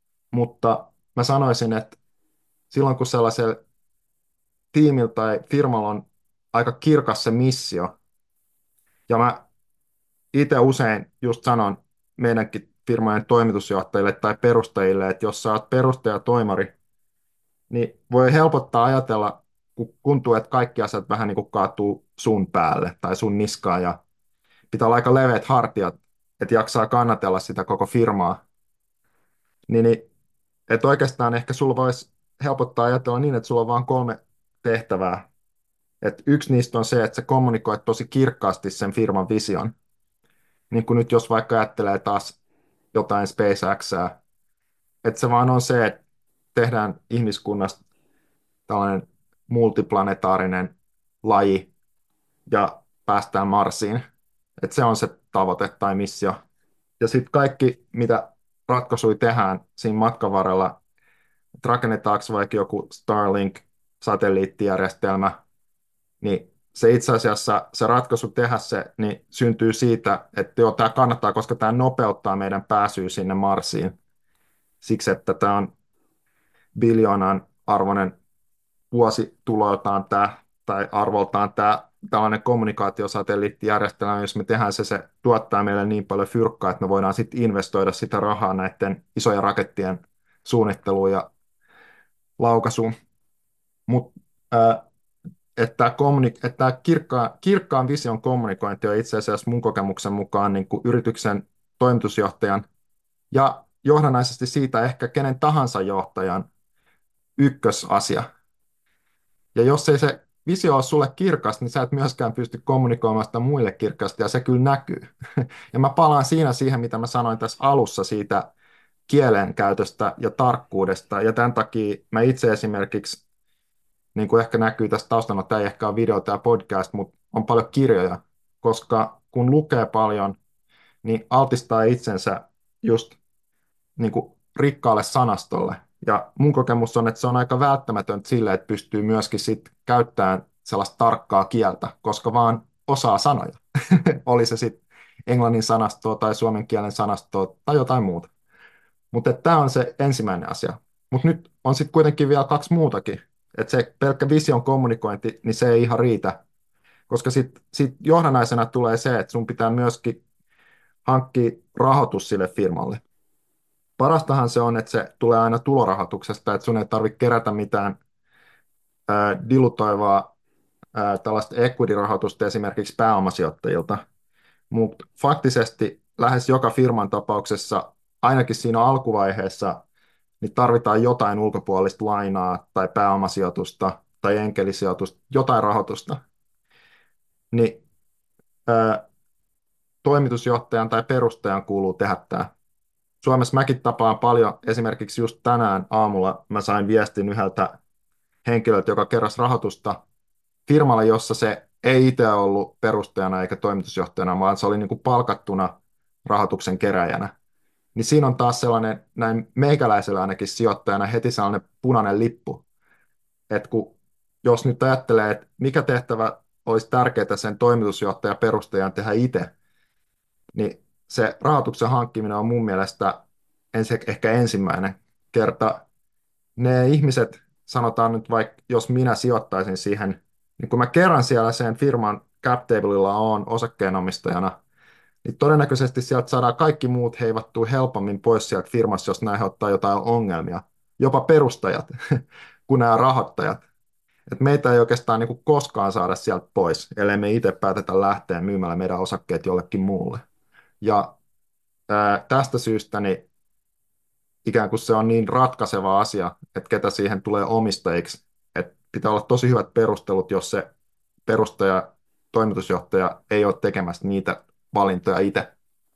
mutta mä sanoisin, että silloin kun sellaisella tiimillä tai firmalla on aika kirkas se missio, ja mä itse usein just sanon meidänkin firmojen toimitusjohtajille tai perustajille, että jos sä oot perustajatoimari, niin voi helpottaa ajatella, kun tuntuu, että kaikki asiat vähän niin kuin kaatuu sun päälle tai sun niskaan, ja pitää olla aika leveät hartiat, että jaksaa kannatella sitä koko firmaa. Niin, niin että oikeastaan ehkä sulla voisi helpottaa ajatella niin, että sulla on vain kolme tehtävää. Et yksi niistä on se, että sä kommunikoit tosi kirkkaasti sen firman vision. Niin kuin nyt jos vaikka ajattelee taas jotain SpaceXää, että se vaan on se, että tehdään ihmiskunnasta tällainen multiplanetaarinen laji ja päästään Marsiin. Että se on se tavoite tai missio. Ja sitten kaikki, mitä ratkaisuja tehdään siinä matkan varrella, että rakennetaanko vaikka joku Starlink-satelliittijärjestelmä, niin se itse asiassa se ratkaisu tehdä se, niin syntyy siitä, että joo, tämä kannattaa, koska tämä nopeuttaa meidän pääsyä sinne Marsiin. Siksi, että tämä on biljoonan arvoinen vuosituloltaan tämä, tai arvoltaan tämä tällainen kommunikaatiosatelliittijärjestelmä, jos me tehdään se, se tuottaa meille niin paljon fyrkkaa, että me voidaan sitten investoida sitä rahaa näiden isojen rakettien suunnitteluun ja laukaisuun. Mutta että tämä, kommunik- että tämä kirkkaan, kirkkaan vision kommunikointi on itse asiassa mun kokemuksen mukaan niin kuin yrityksen toimitusjohtajan ja johdannaisesti siitä ehkä kenen tahansa johtajan ykkösasia. Ja jos ei se visio ole sulle kirkas, niin sä et myöskään pysty kommunikoimaan sitä muille kirkkaasti, ja se kyllä näkyy. Ja mä palaan siinä siihen, mitä mä sanoin tässä alussa siitä kielen käytöstä ja tarkkuudesta, ja tämän takia mä itse esimerkiksi, niin kuin ehkä näkyy tästä taustana, tämä ei ehkä ole video tai podcast, mutta on paljon kirjoja, koska kun lukee paljon, niin altistaa itsensä just niin kuin rikkaalle sanastolle. Ja mun kokemus on, että se on aika välttämätöntä sille, että pystyy myöskin sit käyttämään sellaista tarkkaa kieltä, koska vaan osaa sanoja. Oli se sitten englannin sanastoa tai suomen kielen sanastoa tai jotain muuta. Mutta tämä on se ensimmäinen asia. Mutta nyt on sitten kuitenkin vielä kaksi muutakin. Että se pelkkä vision kommunikointi, niin se ei ihan riitä. Koska sitten sit johdannaisena tulee se, että sun pitää myöskin hankkia rahoitus sille firmalle. Parastahan se on, että se tulee aina tulorahoituksesta, että sun ei tarvitse kerätä mitään ää, dilutoivaa ää, tällaista equity-rahoitusta esimerkiksi pääomasijoittajilta. Mutta faktisesti lähes joka firman tapauksessa, ainakin siinä alkuvaiheessa, niin tarvitaan jotain ulkopuolista lainaa tai pääomasijoitusta tai enkelisijoitusta, jotain rahoitusta. Niin ää, toimitusjohtajan tai perustajan kuuluu tehdä tämä. Suomessa mäkin tapaan paljon, esimerkiksi just tänään aamulla mä sain viestin yhdeltä henkilöltä, joka keräsi rahoitusta firmalle, jossa se ei itse ollut perustajana eikä toimitusjohtajana, vaan se oli niin kuin palkattuna rahoituksen keräjänä. Niin siinä on taas sellainen, näin meikäläisellä ainakin sijoittajana, heti sellainen punainen lippu, että kun, jos nyt ajattelee, että mikä tehtävä olisi tärkeää sen toimitusjohtajan perustajan tehdä itse, niin se rahoituksen hankkiminen on mun mielestä ensi, ehkä ensimmäinen kerta. Ne ihmiset, sanotaan nyt vaikka, jos minä sijoittaisin siihen, niin kun mä kerran siellä sen firman cap tablella on osakkeenomistajana, niin todennäköisesti sieltä saadaan kaikki muut heivattua helpommin pois sieltä firmassa, jos näihin ottaa jotain ongelmia. Jopa perustajat, kun nämä rahoittajat. Et meitä ei oikeastaan niin kuin koskaan saada sieltä pois, ellei me itse päätetä lähteä myymällä meidän osakkeet jollekin muulle. Ja ää, tästä syystä niin ikään kuin se on niin ratkaiseva asia, että ketä siihen tulee omistajiksi. Että pitää olla tosi hyvät perustelut, jos se perustaja, toimitusjohtaja ei ole tekemässä niitä valintoja itse.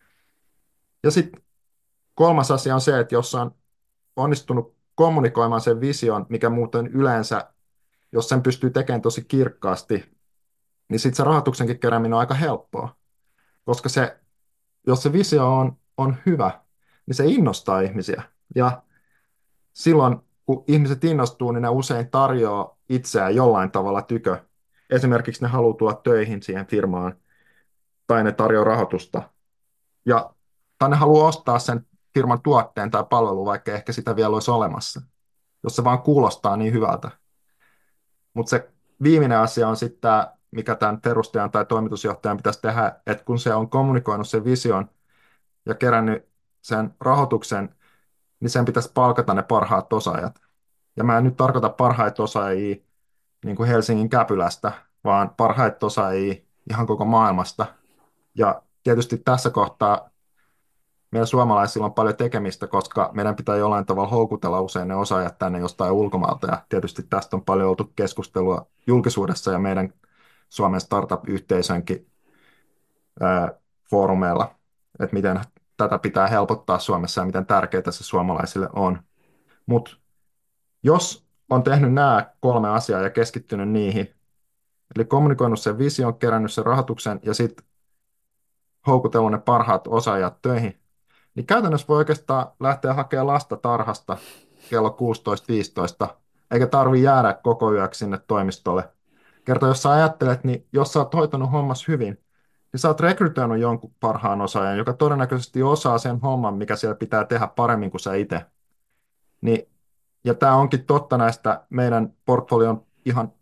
Ja sitten kolmas asia on se, että jos on onnistunut kommunikoimaan sen vision, mikä muuten yleensä, jos sen pystyy tekemään tosi kirkkaasti, niin sitten se rahoituksenkin kerääminen on aika helppoa. Koska se, jos se visio on, on hyvä, niin se innostaa ihmisiä. Ja silloin, kun ihmiset innostuu, niin ne usein tarjoaa itseään jollain tavalla tykö. Esimerkiksi ne haluaa tulla töihin siihen firmaan, tai ne tarjoaa rahoitusta. Ja, tai ne haluaa ostaa sen firman tuotteen tai palvelun, vaikka ehkä sitä vielä olisi olemassa, jos se vaan kuulostaa niin hyvältä. Mutta se viimeinen asia on sitten tämä, mikä tämän perustajan tai toimitusjohtajan pitäisi tehdä, että kun se on kommunikoinut sen vision ja kerännyt sen rahoituksen, niin sen pitäisi palkata ne parhaat osaajat. Ja mä en nyt tarkoita parhaita osaajia niin kuin Helsingin Käpylästä, vaan parhaita osaajia ihan koko maailmasta. Ja tietysti tässä kohtaa meillä suomalaisilla on paljon tekemistä, koska meidän pitää jollain tavalla houkutella usein ne osaajat tänne jostain ulkomailta. Ja tietysti tästä on paljon oltu keskustelua julkisuudessa ja meidän Suomen startup-yhteisönkin ää, foorumeilla, että miten tätä pitää helpottaa Suomessa ja miten tärkeää se suomalaisille on. Mutta jos on tehnyt nämä kolme asiaa ja keskittynyt niihin, eli kommunikoinut sen vision, kerännyt sen rahoituksen ja sitten houkutellut ne parhaat osaajat töihin, niin käytännössä voi oikeastaan lähteä hakemaan lasta tarhasta kello kuusitoista viisitoista, eikä tarvitse jäädä koko yöksi sinne toimistolle. Kerta jos sä ajattelet, niin jos sä oot hoitanut hommas hyvin, niin sä oot rekrytoinut jonkun parhaan osaajan, joka todennäköisesti osaa sen homman, mikä siellä pitää tehdä paremmin kuin sä itse. Niin, ja tämä onkin totta näistä meidän portfolion ihan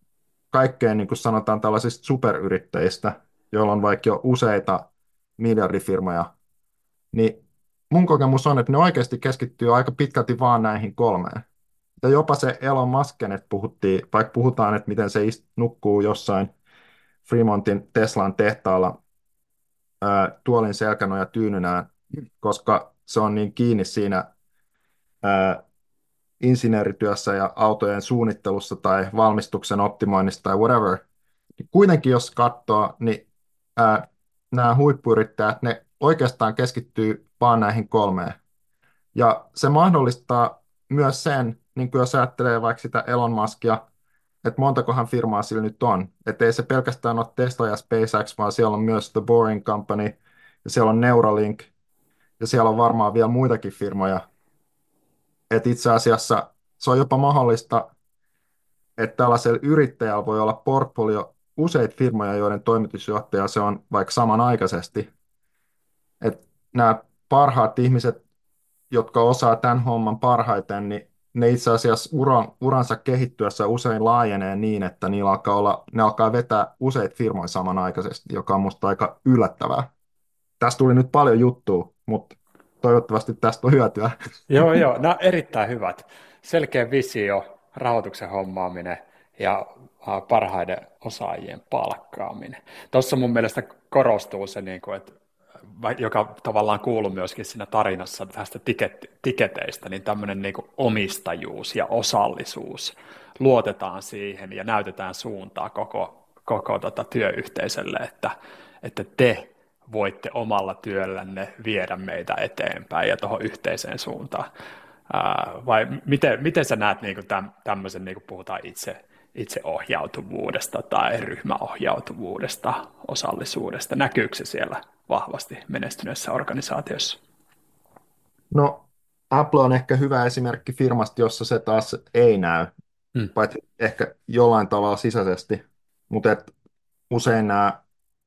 kaikkein, niin kuin sanotaan, tällaisista superyrittäjistä, joilla on vaikka jo useita miljardifirmoja, niin mun kokemus on, että ne oikeasti keskittyy aika pitkälti vaan näihin kolmeen. Ja jopa se Elon Musk, että puhuttiin, vaikka puhutaan, että miten se ist- nukkuu jossain Fremontin Teslan tehtaalla ää, tuolin selkänoja tyynynään, koska se on niin kiinni siinä ää, insinöörityössä ja autojen suunnittelussa tai valmistuksen optimoinnista tai whatever. Kuitenkin jos katsoo, niin ää, nämä huippuyrittäjät, ne oikeastaan keskittyy vaan näihin kolmeen. Ja se mahdollistaa myös sen, niin kuin jos ajattelee vaikka sitä Elon Muskia, että montakohan firmaa sillä nyt on. Että ei se pelkästään ole Tesla ja SpaceX, vaan siellä on myös The Boring Company, ja siellä on Neuralink, ja siellä on varmaan vielä muitakin firmoja. Että itse asiassa se on jopa mahdollista, että tällaisella yrittäjällä voi olla portfolio useita firmoja, joiden toimitusjohtaja se on vaikka samanaikaisesti. Että nämä parhaat ihmiset, jotka osaa tämän homman parhaiten, niin ne itse asiassa uran, uransa kehittyessä usein laajenee niin, että niillä alkaa olla, ne alkaa vetää useita firmoja samanaikaisesti, joka on musta aika yllättävää. Tästä tuli nyt paljon juttua, mutta toivottavasti tästä on hyötyä. Joo, joo, nämä on erittäin hyvät. Selkeä visio, rahoituksen hommaaminen ja äh, parhaiden osaajien palkkaaminen. Tuossa mun mielestä korostuu se, niin kuin, että vai- joka tavallaan kuuluu myöskin siinä tarinassa tästä tiket, tiketeistä, niin tämmöinen niin kuin omistajuus ja osallisuus. Luotetaan siihen ja näytetään suuntaa koko, koko tota työyhteisölle, että, että te voitte omalla työllänne viedä meitä eteenpäin ja tuohon yhteiseen suuntaan. Ää, vai miten, miten sä näet niin kuin täm, tämmöisen, niin kuin puhutaan itse, itseohjautuvuudesta tai ryhmäohjautuvuudesta, osallisuudesta? Näkyykö se siellä vahvasti menestyneessä organisaatiossa? No, Apple on ehkä hyvä esimerkki firmasta, jossa se taas ei näy, Hmm. paitsi ehkä jollain tavalla sisäisesti, mutta et usein nämä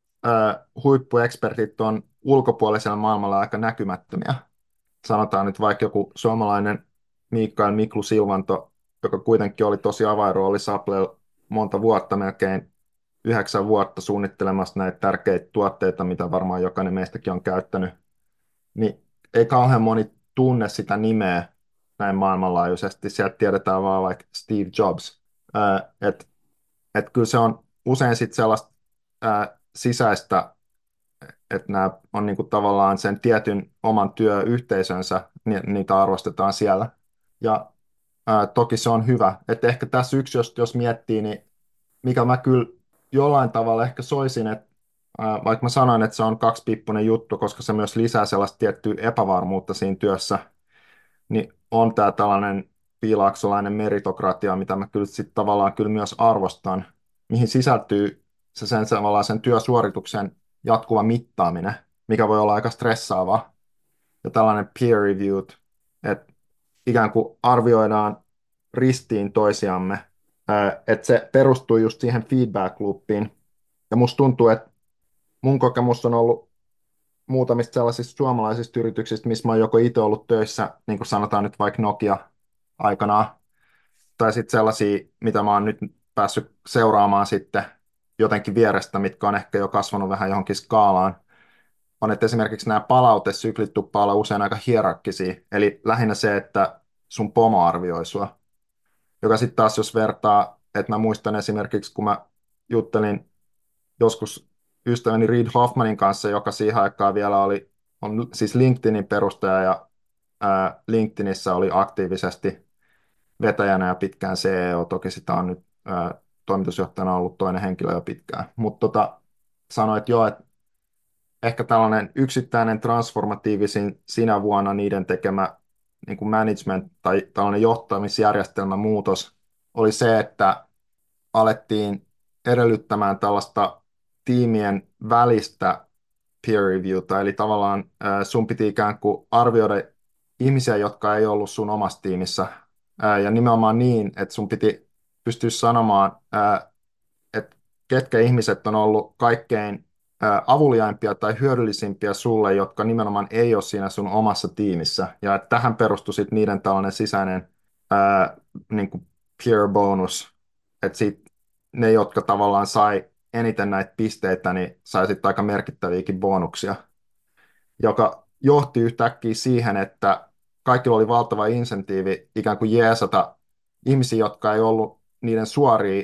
ää, huippuekspertit on ulkopuolisella maailmalla aika näkymättömiä. Sanotaan nyt vaikka joku suomalainen Mikael Miklu Silvanto, joka kuitenkin oli tosi avainroolissa Applella monta vuotta, melkein yhdeksän vuotta suunnittelemassa näitä tärkeitä tuotteita, mitä varmaan jokainen meistäkin on käyttänyt, niin ei kauhean moni tunne sitä nimeä näin maailmanlaajuisesti. Sieltä tiedetään vaan vaikka Steve Jobs. Että et kyllä se on usein sitten sellaista ää, sisäistä, että nämä on niinku tavallaan sen tietyn oman työyhteisönsä, ni, niitä arvostetaan siellä. Ja ää, toki se on hyvä. Että ehkä tässä yksi, jos, jos miettii, niin mikä mä kyllä jollain tavalla ehkä soisin, että ää, vaikka mä sanoin, että se on kaksipippunen juttu, koska se myös lisää sellaista tiettyä epävarmuutta siinä työssä, niin on tämä tällainen piilaaksolainen meritokratia, mitä mä kyllä sit tavallaan kyllä myös arvostan, mihin sisältyy se sen, tavallaan sen työsuorituksen jatkuva mittaaminen, mikä voi olla aika stressaavaa, ja tällainen peer reviewed, että ikään kuin arvioidaan ristiin toisiamme, ää, että se perustuu just siihen feedback loopiin, ja musta tuntuu, että mun kokemus on ollut muutamista sellaisista suomalaisista yrityksistä, missä mä oon joko itse ollut töissä, niin kuin sanotaan nyt vaikka Nokia aikanaan, tai sitten sellaisia, mitä mä oon nyt päässyt seuraamaan sitten jotenkin vierestä, mitkä on ehkä jo kasvanut vähän johonkin skaalaan, on, että esimerkiksi nämä palautesyklit tuppaa olla usein aika hierarkkisia, eli lähinnä se, että sun pomo arvioi sua, joka sitten taas, jos vertaa, että mä muistan esimerkiksi, kun mä juttelin joskus ystäväni Reid Hoffmanin kanssa, joka siihen aikaan vielä oli, on siis LinkedInin perustaja ja ää, LinkedInissä oli aktiivisesti vetäjänä ja pitkään C E O, toki sitä on nyt ää, toimitusjohtajana ollut toinen henkilö jo pitkään, mutta tota, sanoin, että joo, että ehkä tällainen yksittäinen transformatiivisin sinä vuonna niiden tekemä niin kuin management tai tällainen johtamisjärjestelmän muutos oli se, että alettiin edellyttämään tällaista tiimien välistä peer reviewta, eli tavallaan ää, sun piti ikään kuin arvioida ihmisiä, jotka ei ollut sun omassa tiimissä, ää, ja nimenomaan niin, että sun piti pystyä sanomaan, ää, että ketkä ihmiset on ollut kaikkein ää, avuliaimpia tai hyödyllisimpiä sulle, jotka nimenomaan ei ole siinä sun omassa tiimissä, ja että tähän perustui sit niiden tällainen sisäinen ää, niin kuin peer bonus, että siitä ne, jotka tavallaan sai eniten näitä pisteitä, niin sai sitten aika merkittäviäkin bonuksia, joka johti yhtäkkiä siihen, että kaikilla oli valtava insentiivi ikään kuin jeesata ihmisiä, jotka ei ollut niiden suoria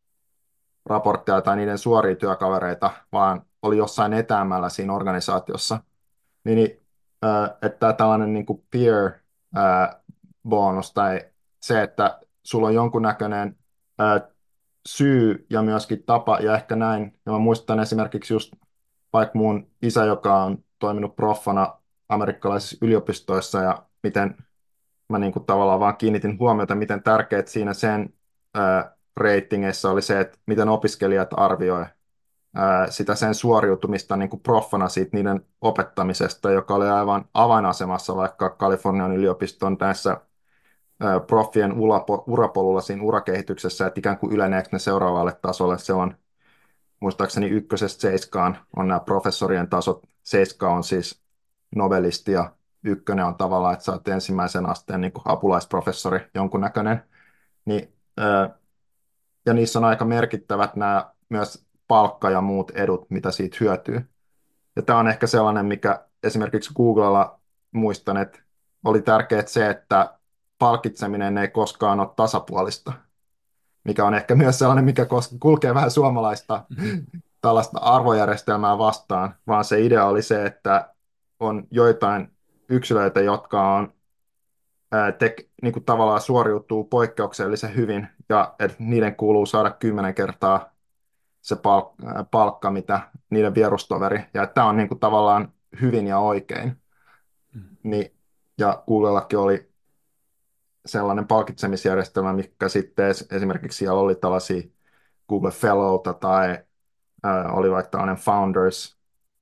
raportteja tai niiden suoria työkavereita, vaan oli jossain etäämällä siinä organisaatiossa. Niin, niin, äh, että tällainen niin kuin peer äh, bonus tai se, että sulla on jonkunnäköinen äh, syy ja myöskin tapa ja ehkä näin. Ja mä muistan esimerkiksi just vaikka mun isä, joka on toiminut proffana amerikkalaisissa yliopistoissa ja miten mä niin kuin tavallaan vaan kiinnitin huomiota, miten tärkeää siinä sen ää, ratingeissa oli se, että miten opiskelijat arvioi ää, sitä sen suoriutumista niin kuin proffana siitä niiden opettamisesta, joka oli aivan avainasemassa vaikka Kalifornian yliopiston tässä ää, proffien ulapo, urapolulla siinä urakehityksessä, että ikään kuin yleneekö ne seuraavalle tasolle. Se on muistaakseni ykkösestä seiskaan on nämä professorien tasot. Seiska on siis nobelisti ja ykkönen on tavallaan, että sä oot ensimmäisen asteen niin kuin apulaisprofessori jonkunnäköinen. Niin, ää, ja niissä on aika merkittävät nämä myös palkka ja muut edut, mitä siitä hyötyy. Ja tämä on ehkä sellainen, mikä esimerkiksi Googlella muistan, että oli tärkeää se, että palkitseminen ei koskaan ole tasapuolista, mikä on ehkä myös sellainen, mikä kulkee vähän suomalaista tällaista arvojärjestelmää vastaan, vaan se idea oli se, että on joitain yksilöitä, jotka on ää, tek, niin kuin tavallaan suoriutuu poikkeuksellisen hyvin, ja että niiden kuuluu saada kymmenen kertaa se palk, ää, palkka, mitä niiden vierustoveri, ja että tämä on niin kuin tavallaan hyvin ja oikein. Mm. Niin, ja Googlellakin oli sellainen palkitsemisjärjestelmä, mikä sitten esimerkiksi siellä oli tällaisia Google Fellowta tai ää, oli vaikka tällainen Founders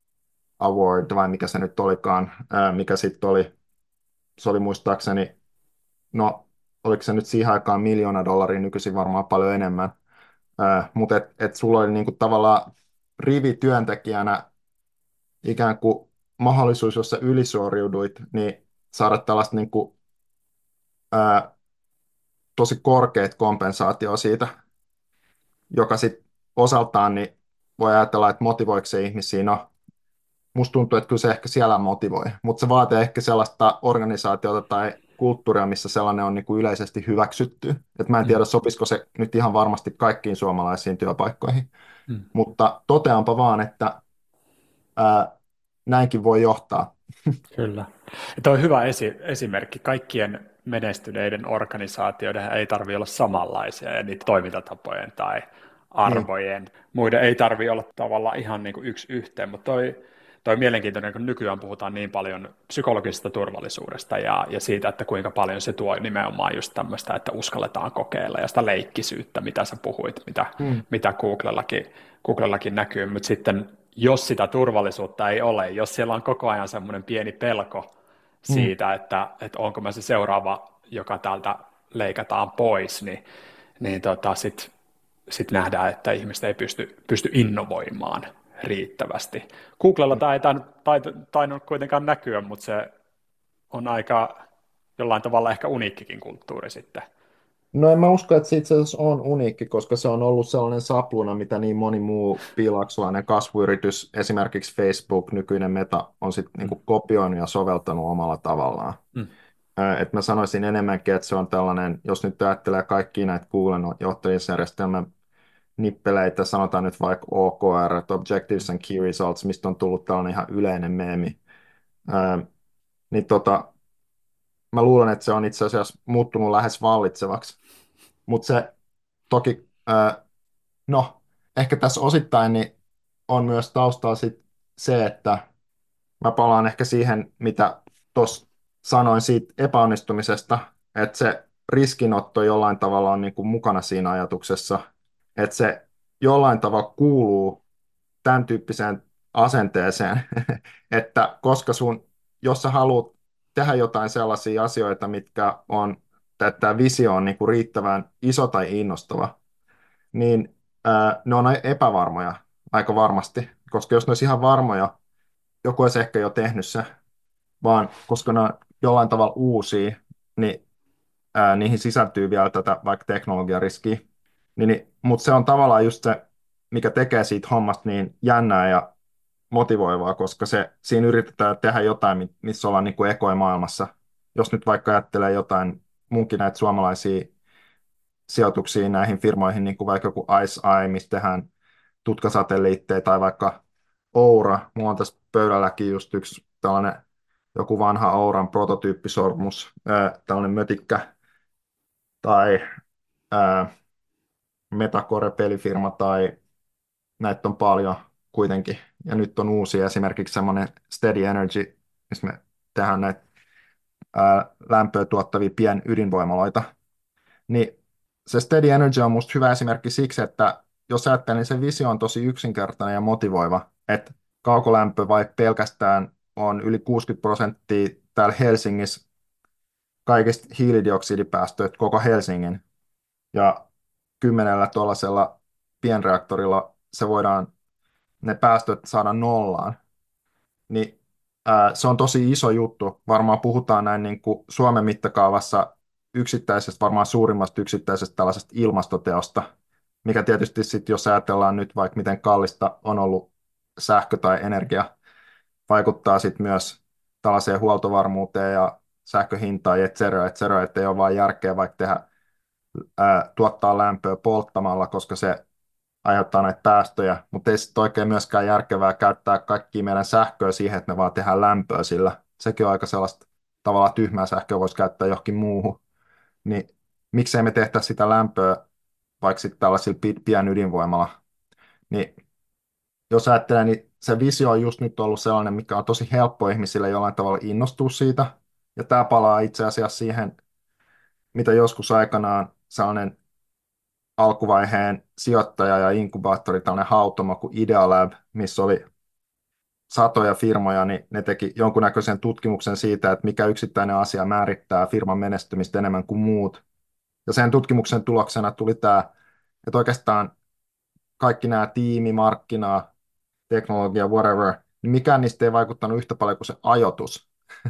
Award, vai mikä se nyt olikaan, ää, mikä sitten oli, se oli muistaakseni, no oliko se nyt siihen aikaan miljoona dollaria, nykyisin varmaan paljon enemmän, ää, mutta et, et sulla oli niinku tavallaan rivityöntekijänä ikään kuin mahdollisuus, jos sä ylisuoriuduit, niin saada tällaista niinku, ää, tosi korkeat kompensaatio siitä, joka sitten osaltaan niin voi ajatella, että motivoiko se ihmisiä. No, musta tuntuu, että kyllä se ehkä siellä motivoi, mutta se vaatii ehkä sellaista organisaatiota tai kulttuuria, missä sellainen on niin kuin yleisesti hyväksytty. Et mä en tiedä, sopisiko se nyt ihan varmasti kaikkiin suomalaisiin työpaikkoihin, mm. mutta toteanpa vaan, että ää, näinkin voi johtaa. Kyllä. Tuo on hyvä esi- esimerkki. Kaikkien menestyneiden organisaatioiden ei tarvitse olla samanlaisia, ja niitä toimintatapojen tai arvojen, mm. muiden ei tarvitse olla tavallaan ihan niin kuin yksi yhteen, mutta toi, toi mielenkiintoinen, kun nykyään puhutaan niin paljon psykologisesta turvallisuudesta ja, ja siitä, että kuinka paljon se tuo nimenomaan just tämmöistä, että uskalletaan kokeilla ja sitä leikkisyyttä, mitä sä puhuit, mitä, mm. mitä Googlellakin, Googlellakin näkyy, mutta sitten jos sitä turvallisuutta ei ole, jos siellä on koko ajan semmoinen pieni pelko siitä, mm. että, että onko mä se seuraava, joka täältä leikataan pois, niin, niin tota, sitten sit nähdään, että ihmiset ei pysty, pysty innovoimaan riittävästi. Googlella tämä ei tainnut kuitenkaan näkyä, mutta se on aika jollain tavalla ehkä uniikkikin kulttuuri sitten. No en mä usko, että se itse asiassa on uniikki, koska se on ollut sellainen sapluna, mitä niin moni muu piilaksulainen kasvuyritys, esimerkiksi Facebook, nykyinen Meta, on sitten mm. niinku kopioinut ja soveltanut omalla tavallaan. Mm. Et mä sanoisin enemmänkin, että se on tällainen, jos nyt ajattelee kaikkia näitä Googlen johtamisjärjestelmän nippeleitä, sanotaan nyt vaikka O K R, Objectives and Key Results, mistä on tullut tällainen ihan yleinen meemi, ää, niin tota, mä luulen, että se on itse asiassa muuttunut lähes vallitsevaksi, mutta se toki, ää, no, ehkä tässä osittain niin on myös taustalla sit se, että mä palaan ehkä siihen, mitä tuossa sanoin siitä epäonnistumisesta, että se riskinotto jollain tavalla on niin kuin mukana siinä ajatuksessa, että se jollain tavalla kuuluu tämän tyyppiseen asenteeseen, että koska sun, jos sä haluat tehdä jotain sellaisia asioita, mitkä on, että tämä visio on niin kuin riittävän iso tai innostava, niin ää, ne on epävarmoja aika varmasti, koska jos ne olisi ihan varmoja, joku olisi ehkä jo tehnyt se, vaan koska ne on jollain tavalla uusia, niin ää, niihin sisältyy vielä tätä vaikka teknologiariskiä. Niin, niin, mutta se on tavallaan just se, mikä tekee siitä hommasta niin jännää ja motivoivaa, koska se, siinä yritetään tehdä jotain, mi- missä ollaan niin kuin ekoimaailmassa. Jos nyt vaikka ajattelee jotain munkin näitä suomalaisia sijoituksia näihin firmoihin, niin kuin vaikka joku Ice Eye, mistä tehdään tutkasatelliitteja, tai vaikka Oura. Mulla on tässä pöydälläkin just yksi tällainen joku vanha Ouran prototyyppisormus, ää, tällainen mötikkä, tai ää, Metacore-pelifirma, tai näitä on paljon kuitenkin. Ja nyt on uusi esimerkiksi semmoinen Steady Energy, missä me tehdään näitä ää, lämpöä tuottavia pienydinvoimaloita. Niin se Steady Energy on musta hyvä esimerkki siksi, että jos ajattelee, niin se visio on tosi yksinkertainen ja motivoiva, että kaukolämpö vaikka pelkästään on yli kuusikymmentä prosenttia täällä Helsingissä kaikista hiilidioksidipäästöistä koko Helsingin, ja kymmenellä tuollaisella pienreaktorilla se voidaan ne päästöt saada nollaan, niin ää, se on tosi iso juttu. Varmaan puhutaan näin niin kuin Suomen mittakaavassa yksittäisestä, varmaan suurimmasta yksittäisestä tällaisesta ilmastoteosta, mikä tietysti sitten, jos ajatellaan nyt vaikka miten kallista on ollut sähkö tai energia, vaikuttaa sitten myös tällaiseen huoltovarmuuteen ja sähköhintaan, et cetera, et cetera, että ei ole vain järkeä vaikka tehdä, ää, tuottaa lämpöä polttamalla, koska se aiheuttaa näitä päästöjä, mutta ei sitten oikein myöskään järkevää käyttää kaikkia meidän sähköä siihen, että me vaan tehdään lämpöä sillä. Sekin on aika sellaista tavallaan tyhmää sähköä voisi käyttää johonkin muuhun. Niin miksei me tehtä sitä lämpöä vaikka sitten tällaisilla pi- pienydinvoimalla. Niin jos ajattelee, niin se visio on just nyt ollut sellainen, mikä on tosi helppo ihmisille jollain tavalla innostua siitä. Ja tämä palaa itse asiassa siihen, mitä joskus aikanaan sellainen alkuvaiheen sijoittaja ja inkubaattori, tällainen hautomo kuin Idealab, missä oli satoja firmoja, niin ne teki jonkunnäköisen tutkimuksen siitä, että mikä yksittäinen asia määrittää firman menestymistä enemmän kuin muut. Ja sen tutkimuksen tuloksena tuli tämä, että oikeastaan kaikki nämä tiimi, markkina, teknologia, whatever, niin mikään niistä ei vaikuttanut yhtä paljon kuin se ajoitus.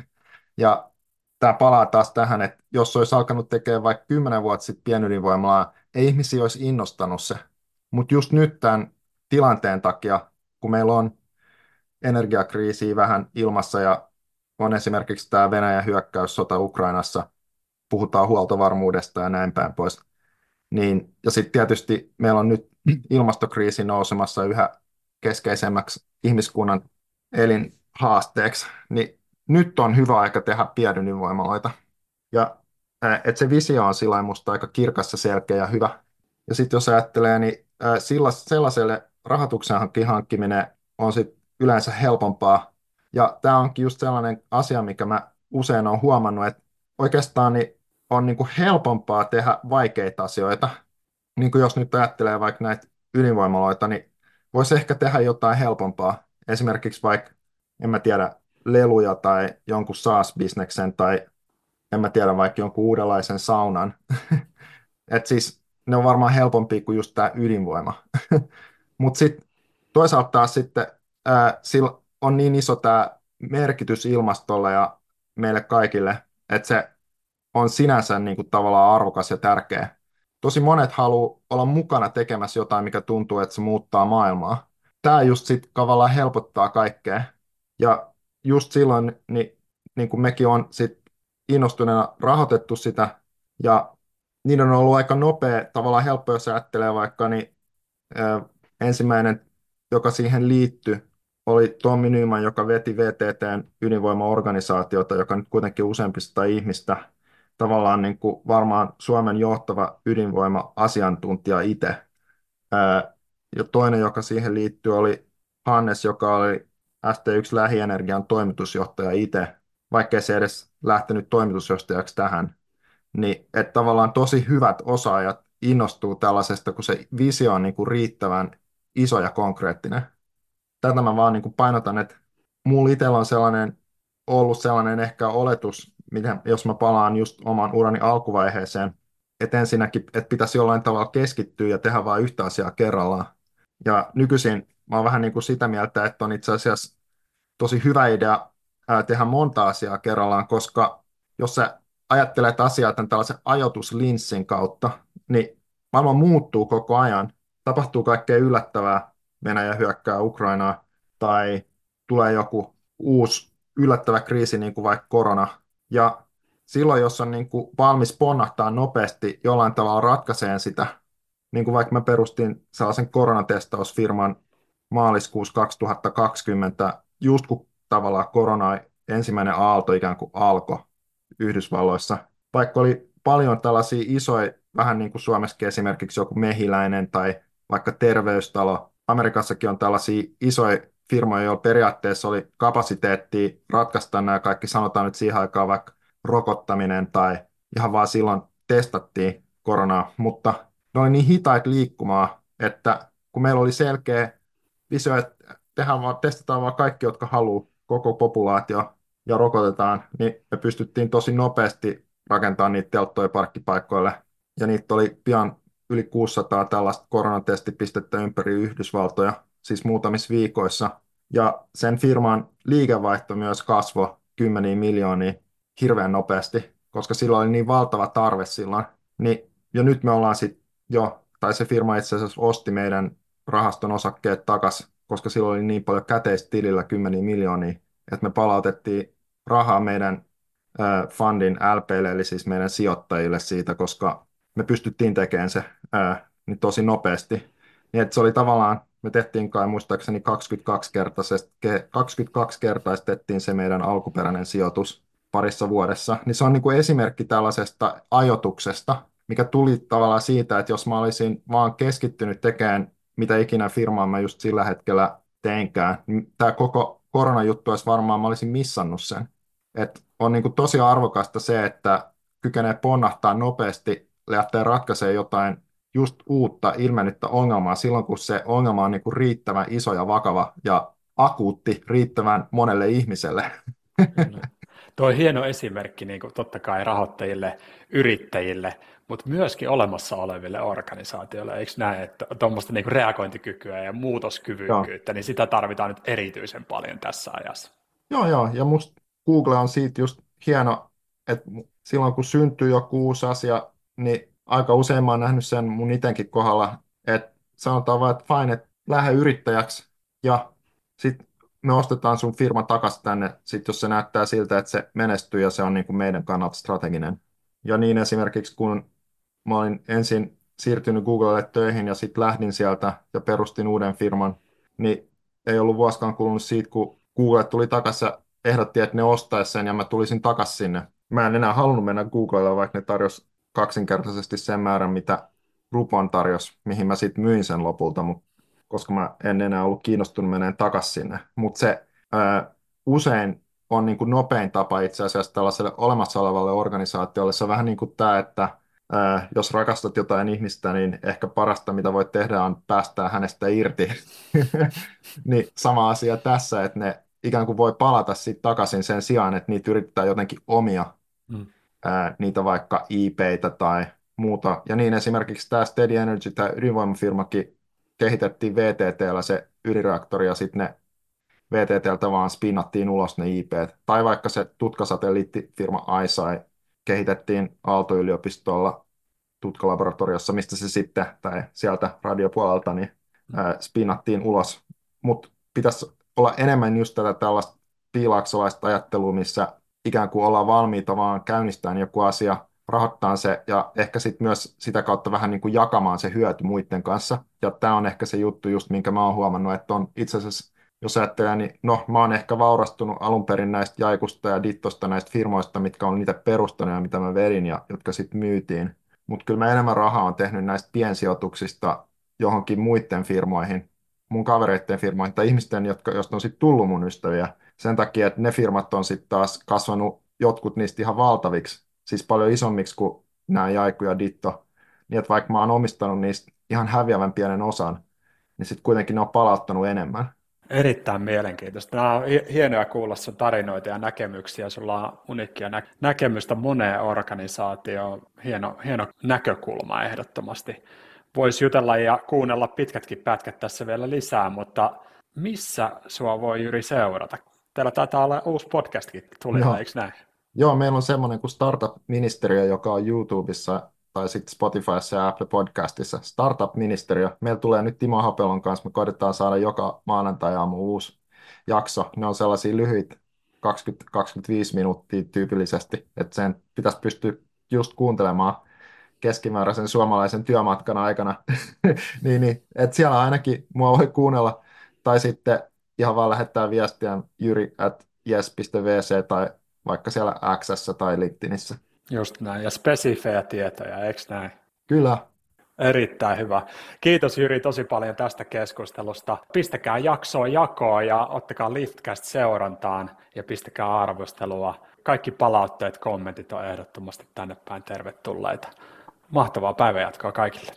Ja tämä palaa taas tähän, että jos olisi alkanut tekemään vaikka kymmenen vuotta sitten pienydinvoimalaa, ei ihmisiä olisi innostanut se. Mutta just nyt tämän tilanteen takia, kun meillä on energiakriisiä vähän ilmassa ja on esimerkiksi tämä Venäjän hyökkäyssota Ukrainassa, puhutaan huoltovarmuudesta ja näin päin pois, niin, ja sitten tietysti meillä on nyt ilmastokriisi nousemassa yhä keskeisemmäksi ihmiskunnan elinhaasteeksi, niin nyt on hyvä aika tehdä pienydinvoimaloita. Ja ää, että se visio on sillä lailla musta aika kirkas ja selkeä ja hyvä. Ja sitten jos ajattelee, niin ää, sillas, sellaiselle rahoituksen hankki- hankkiminen on sit yleensä helpompaa. Ja tämä onkin just sellainen asia, mikä mä usein olen huomannut, että oikeastaan niin on niinku helpompaa tehdä vaikeita asioita. Niin kuin jos nyt ajattelee vaikka näitä ydinvoimaloita, niin voisi ehkä tehdä jotain helpompaa. Esimerkiksi vaikka, en mä tiedä, leluja tai jonkun SaaS-bisneksen tai en mä tiedä, vaikka jonkun uudenlaisen saunan. Et siis ne on varmaan helpompia kuin just tämä ydinvoima. Mutta sitten toisaalta taas sitten ää, sillä on niin iso tämä merkitys ilmastolle ja meille kaikille, että se on sinänsä niin kuin tavallaan arvokas ja tärkeä. Tosi monet haluaa olla mukana tekemässä jotain, mikä tuntuu, että se muuttaa maailmaa. Tämä just sitten tavallaan helpottaa kaikkea. Ja just silloin, niin, niin kuin mekin on sit innostuneena rahoitettu sitä, ja niin on ollut aika nopea, tavallaan helppo, jos ajattelee vaikka, niin ö, ensimmäinen, joka siihen liittyi, oli Tommi Nyman, joka veti V T T:n ydinvoimaorganisaatiota, joka nyt kuitenkin useampi sata ihmistä, tavallaan niin kuin varmaan Suomen johtava ydinvoima-asiantuntija itse. Ää, Ja toinen, joka siihen liittyi, oli Hannes, joka oli S T yksi Lähienergian toimitusjohtaja itse, vaikkei se edes lähtenyt toimitusjohtajaksi tähän. Niin, että tavallaan tosi hyvät osaajat innostuu tällaisesta, kun se visio on niin kuin riittävän iso ja konkreettinen. Tätä mä vaan niin kuin painotan, että mulla itsellä on sellainen, ollut sellainen ehkä oletus, miten, jos mä palaan just oman urani alkuvaiheeseen, että ensinnäkin, että pitäisi jollain tavalla keskittyä ja tehdä vain yhtä asiaa kerrallaan. Ja nykyisin mä oon vähän niin kuin sitä mieltä, että on itse asiassa tosi hyvä idea ää, tehdä monta asiaa kerrallaan, koska jos sä ajattelet asiaa tämän tällaisen ajoituslinssin kautta, niin maailma muuttuu koko ajan, tapahtuu kaikkea yllättävää, Venäjä hyökkää Ukrainaa, tai tulee joku uusi yllättävä kriisi, niin kuin vaikka korona, ja silloin, jos on niin kuin valmis ponnahtaa nopeasti jollain tavalla ratkaiseen sitä, niin kuin vaikka mä perustin sellaisen koronatestausfirman maaliskuussa kaksituhattakaksikymmentä, just kun tavallaan korona ensimmäinen aalto ikään kuin alkoi Yhdysvalloissa, vaikka oli paljon tällaisia isoja, vähän niin kuin Suomessakin esimerkiksi joku Mehiläinen tai vaikka Terveystalo, Amerikassakin on tällaisia isoja firmoja, joilla periaatteessa oli kapasiteettia ratkaista nämä kaikki, sanotaan nyt siihen aikaan vaikka rokottaminen tai ihan vaan silloin testattiin koronaa, mutta ne oli niin hitaita liikkumaan, että kun meillä oli selkeä visio, että tehdään vaan, testataan vaan kaikki, jotka haluaa, koko populaatio ja rokotetaan, niin me pystyttiin tosi nopeasti rakentamaan niitä telttoja parkkipaikoille, ja niitä oli pian yli kuusisataa tällaista koronatestipistettä ympäri Yhdysvaltoja, siis muutamissa viikoissa, ja sen firman liikevaihto myös kasvoi kymmeniä miljoonia hirveän nopeasti, koska silloin oli niin valtava tarve silloin, niin jo nyt me ollaan sitten jo, tai se firma itse asiassa osti meidän rahaston osakkeet takaisin, koska silloin oli niin paljon käteistä tilillä kymmeniä miljoonia, että me palautettiin rahaa meidän äh, fundin L P:lle, eli siis meidän sijoittajille siitä, koska me pystyttiin tekemään se äh, niin tosi nopeasti. Niin että se oli tavallaan, me tehtiin kai muistaakseni kaksikymmentäkaksi-kertaistettiin se meidän alkuperäinen sijoitus parissa vuodessa. Niin se on niin kuin esimerkki tällaisesta ajotuksesta, mikä tuli tavallaan siitä, että jos mä olisin vaan keskittynyt tekemään mitä ikinä firmaa mä just sillä hetkellä teinkään, niin tämä koko koronajuttu olisi varmaan, mä olisin missannut sen. Et on niin kuin tosi arvokasta se, että kykenee ponnahtaa nopeasti, lähtee ratkaisemaan jotain just uutta ilmennyttä ongelmaa silloin, kun se ongelma on niin kuin riittävän iso ja vakava ja akuutti riittävän monelle ihmiselle. Kyllä. Tuo on hieno esimerkki niin kuin totta kai rahoittajille, yrittäjille, mutta myöskin olemassa oleville organisaatioille. Eikö näin, että tuommoista niin kuin reagointikykyä ja muutoskyvykkyyttä, niin sitä tarvitaan nyt erityisen paljon tässä ajassa. Joo, joo, ja musta Google on siitä just hieno, että silloin kun syntyy joku uusi asia, niin aika usein mä oon nähnyt sen mun itenkin kohdalla, että sanotaan vaan, että fine, että lähde yrittäjäksi, ja sitten me ostetaan sun firma takaisin tänne, sit jos se näyttää siltä, että se menestyy ja se on niin kuin meidän kannalta strateginen. Ja niin esimerkiksi kun mä olin ensin siirtynyt Googlelle töihin ja sitten lähdin sieltä ja perustin uuden firman, niin ei ollut vuosikaan kulunut siitä, kun Google tuli takaisin ja ehdotti, että ne ostaisi sen ja mä tulisin takaisin sinne. Mä en enää halunnut mennä Googlelle, vaikka ne tarjosi kaksinkertaisesti sen määrän, mitä Groupon tarjosi, mihin mä sitten myin sen lopulta, mutta koska mä en enää ollut kiinnostunut menemään takaisin sinne. Mutta se ää, usein on niin kuin nopein tapa itse asiassa tällaiselle olemassa olevalle organisaatiolle. Se on vähän niin kuin tämä, että ää, jos rakastat jotain ihmistä, niin ehkä parasta, mitä voit tehdä, on päästää hänestä irti. Niin sama asia tässä, että ne ikään kuin voi palata sitten takaisin sen sijaan, että niitä yritetään jotenkin omia, mm. ää, niitä vaikka I P:itä tai muuta. Ja niin esimerkiksi tämä Steady Energy, tämä ydinvoimafirmakin, kehitettiin V T T:llä se ydinreaktori ja sitten ne V T T:ltä vaan spinnattiin ulos ne I P:t. Tai vaikka se tutkasatelliittifirma I S A I kehitettiin Aalto-yliopistolla tutkalaboratoriossa, mistä se sitten, tai sieltä radiopuolelta, niin ää, spinnattiin ulos. Mutta pitäisi olla enemmän just tätä tällaista piilaaksolaista ajattelua, missä ikään kuin ollaan valmiita vaan käynnistämään joku asia, rahoittaa se ja ehkä sitten myös sitä kautta vähän niin kuin jakamaan se hyöty muiden kanssa. Ja tämä on ehkä se juttu just, minkä mä oon huomannut, että on itse asiassa, jos ajattelee, niin no mä oon ehkä vaurastunut alun perin näistä Jaikusta ja Dittosta, näistä firmoista, mitkä on niitä perustanut ja mitä mä vedin ja jotka sitten myytiin. Mutta kyllä mä enemmän rahaa on tehnyt näistä piensijoituksista johonkin muiden firmoihin, mun kavereiden firmoihin tai ihmisten, jotka, joista on sitten tullut mun ystäviä. Sen takia, että ne firmat on sitten taas kasvanut jotkut niistä ihan valtaviksi, siis paljon isommiksi kuin nämä Jaiku ja Ditto. Niin että vaikka mä oon omistanut niistä ihan häviävän pienen osan, niin sitten kuitenkin ne on palauttanut enemmän. Erittäin mielenkiintoista. Nämä on hienoja kuulla sun tarinoita ja näkemyksiä. Sulla on uniikkia nä- näkemystä moneen organisaatioon. Hieno, hieno näkökulma ehdottomasti. Voisi jutella ja kuunnella pitkätkin pätkät tässä vielä lisää, mutta missä sua voi Jyri seurata? Teillä taitaa olla uusi podcastkin tulilla, eikö näin? Joo, meillä on semmoinen kuin Startup-ministeriö, joka on YouTubessa tai sitten Spotifyssa ja Apple Podcastissa. Startup-ministeriö. Meillä tulee nyt Timo Hapelon kanssa. Me koitetaan saada joka maanantai-aamu uusi jakso. Ne on sellaisia lyhyitä kaksikymmentä kaksikymmentäviisi minuuttia tyypillisesti, että sen pitäisi pystyä just kuuntelemaan keskimääräisen suomalaisen työmatkan aikana. niin, niin, että siellä ainakin mua voi kuunnella. Tai sitten ihan vaan lähettää viestiä jyri at yes piste v c tai vaikka siellä X:ssä tai LinkedInissä. Just näin, ja spesifejä tietoja, eikö näin? Kyllä. Erittäin hyvä. Kiitos Jyri tosi paljon tästä keskustelusta. Pistäkää jaksoa jakoon ja ottakaa Liftcast seurantaan ja pistäkää arvostelua. Kaikki palautteet, kommentit on ehdottomasti tänne päin tervetulleita. Mahtavaa päivänjatkoa kaikille.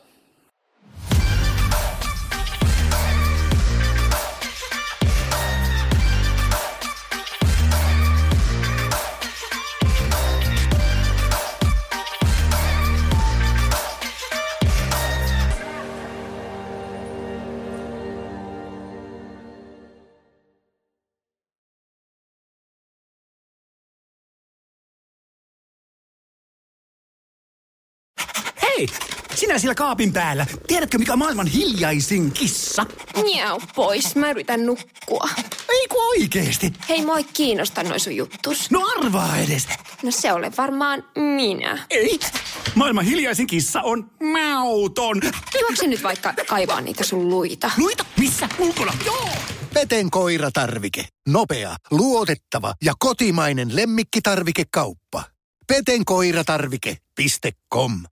Hei, sinä siellä kaapin päällä. Tiedätkö, mikä on maailman hiljaisin kissa? Miau pois, mä yritän nukkua. Ei kun oikeesti. Hei, moi kiinnosta noi sun juttus. No arvaa edes. No se ole varmaan minä. Ei, maailman hiljaisin kissa on mauton. Juokse nyt vaikka kaivaa niitä sun luita. Luita? Missä? Ulkona? Joo! Peten koiratarvike. Nopea, luotettava ja kotimainen lemmikkitarvikekauppa. peten koiratarvike piste com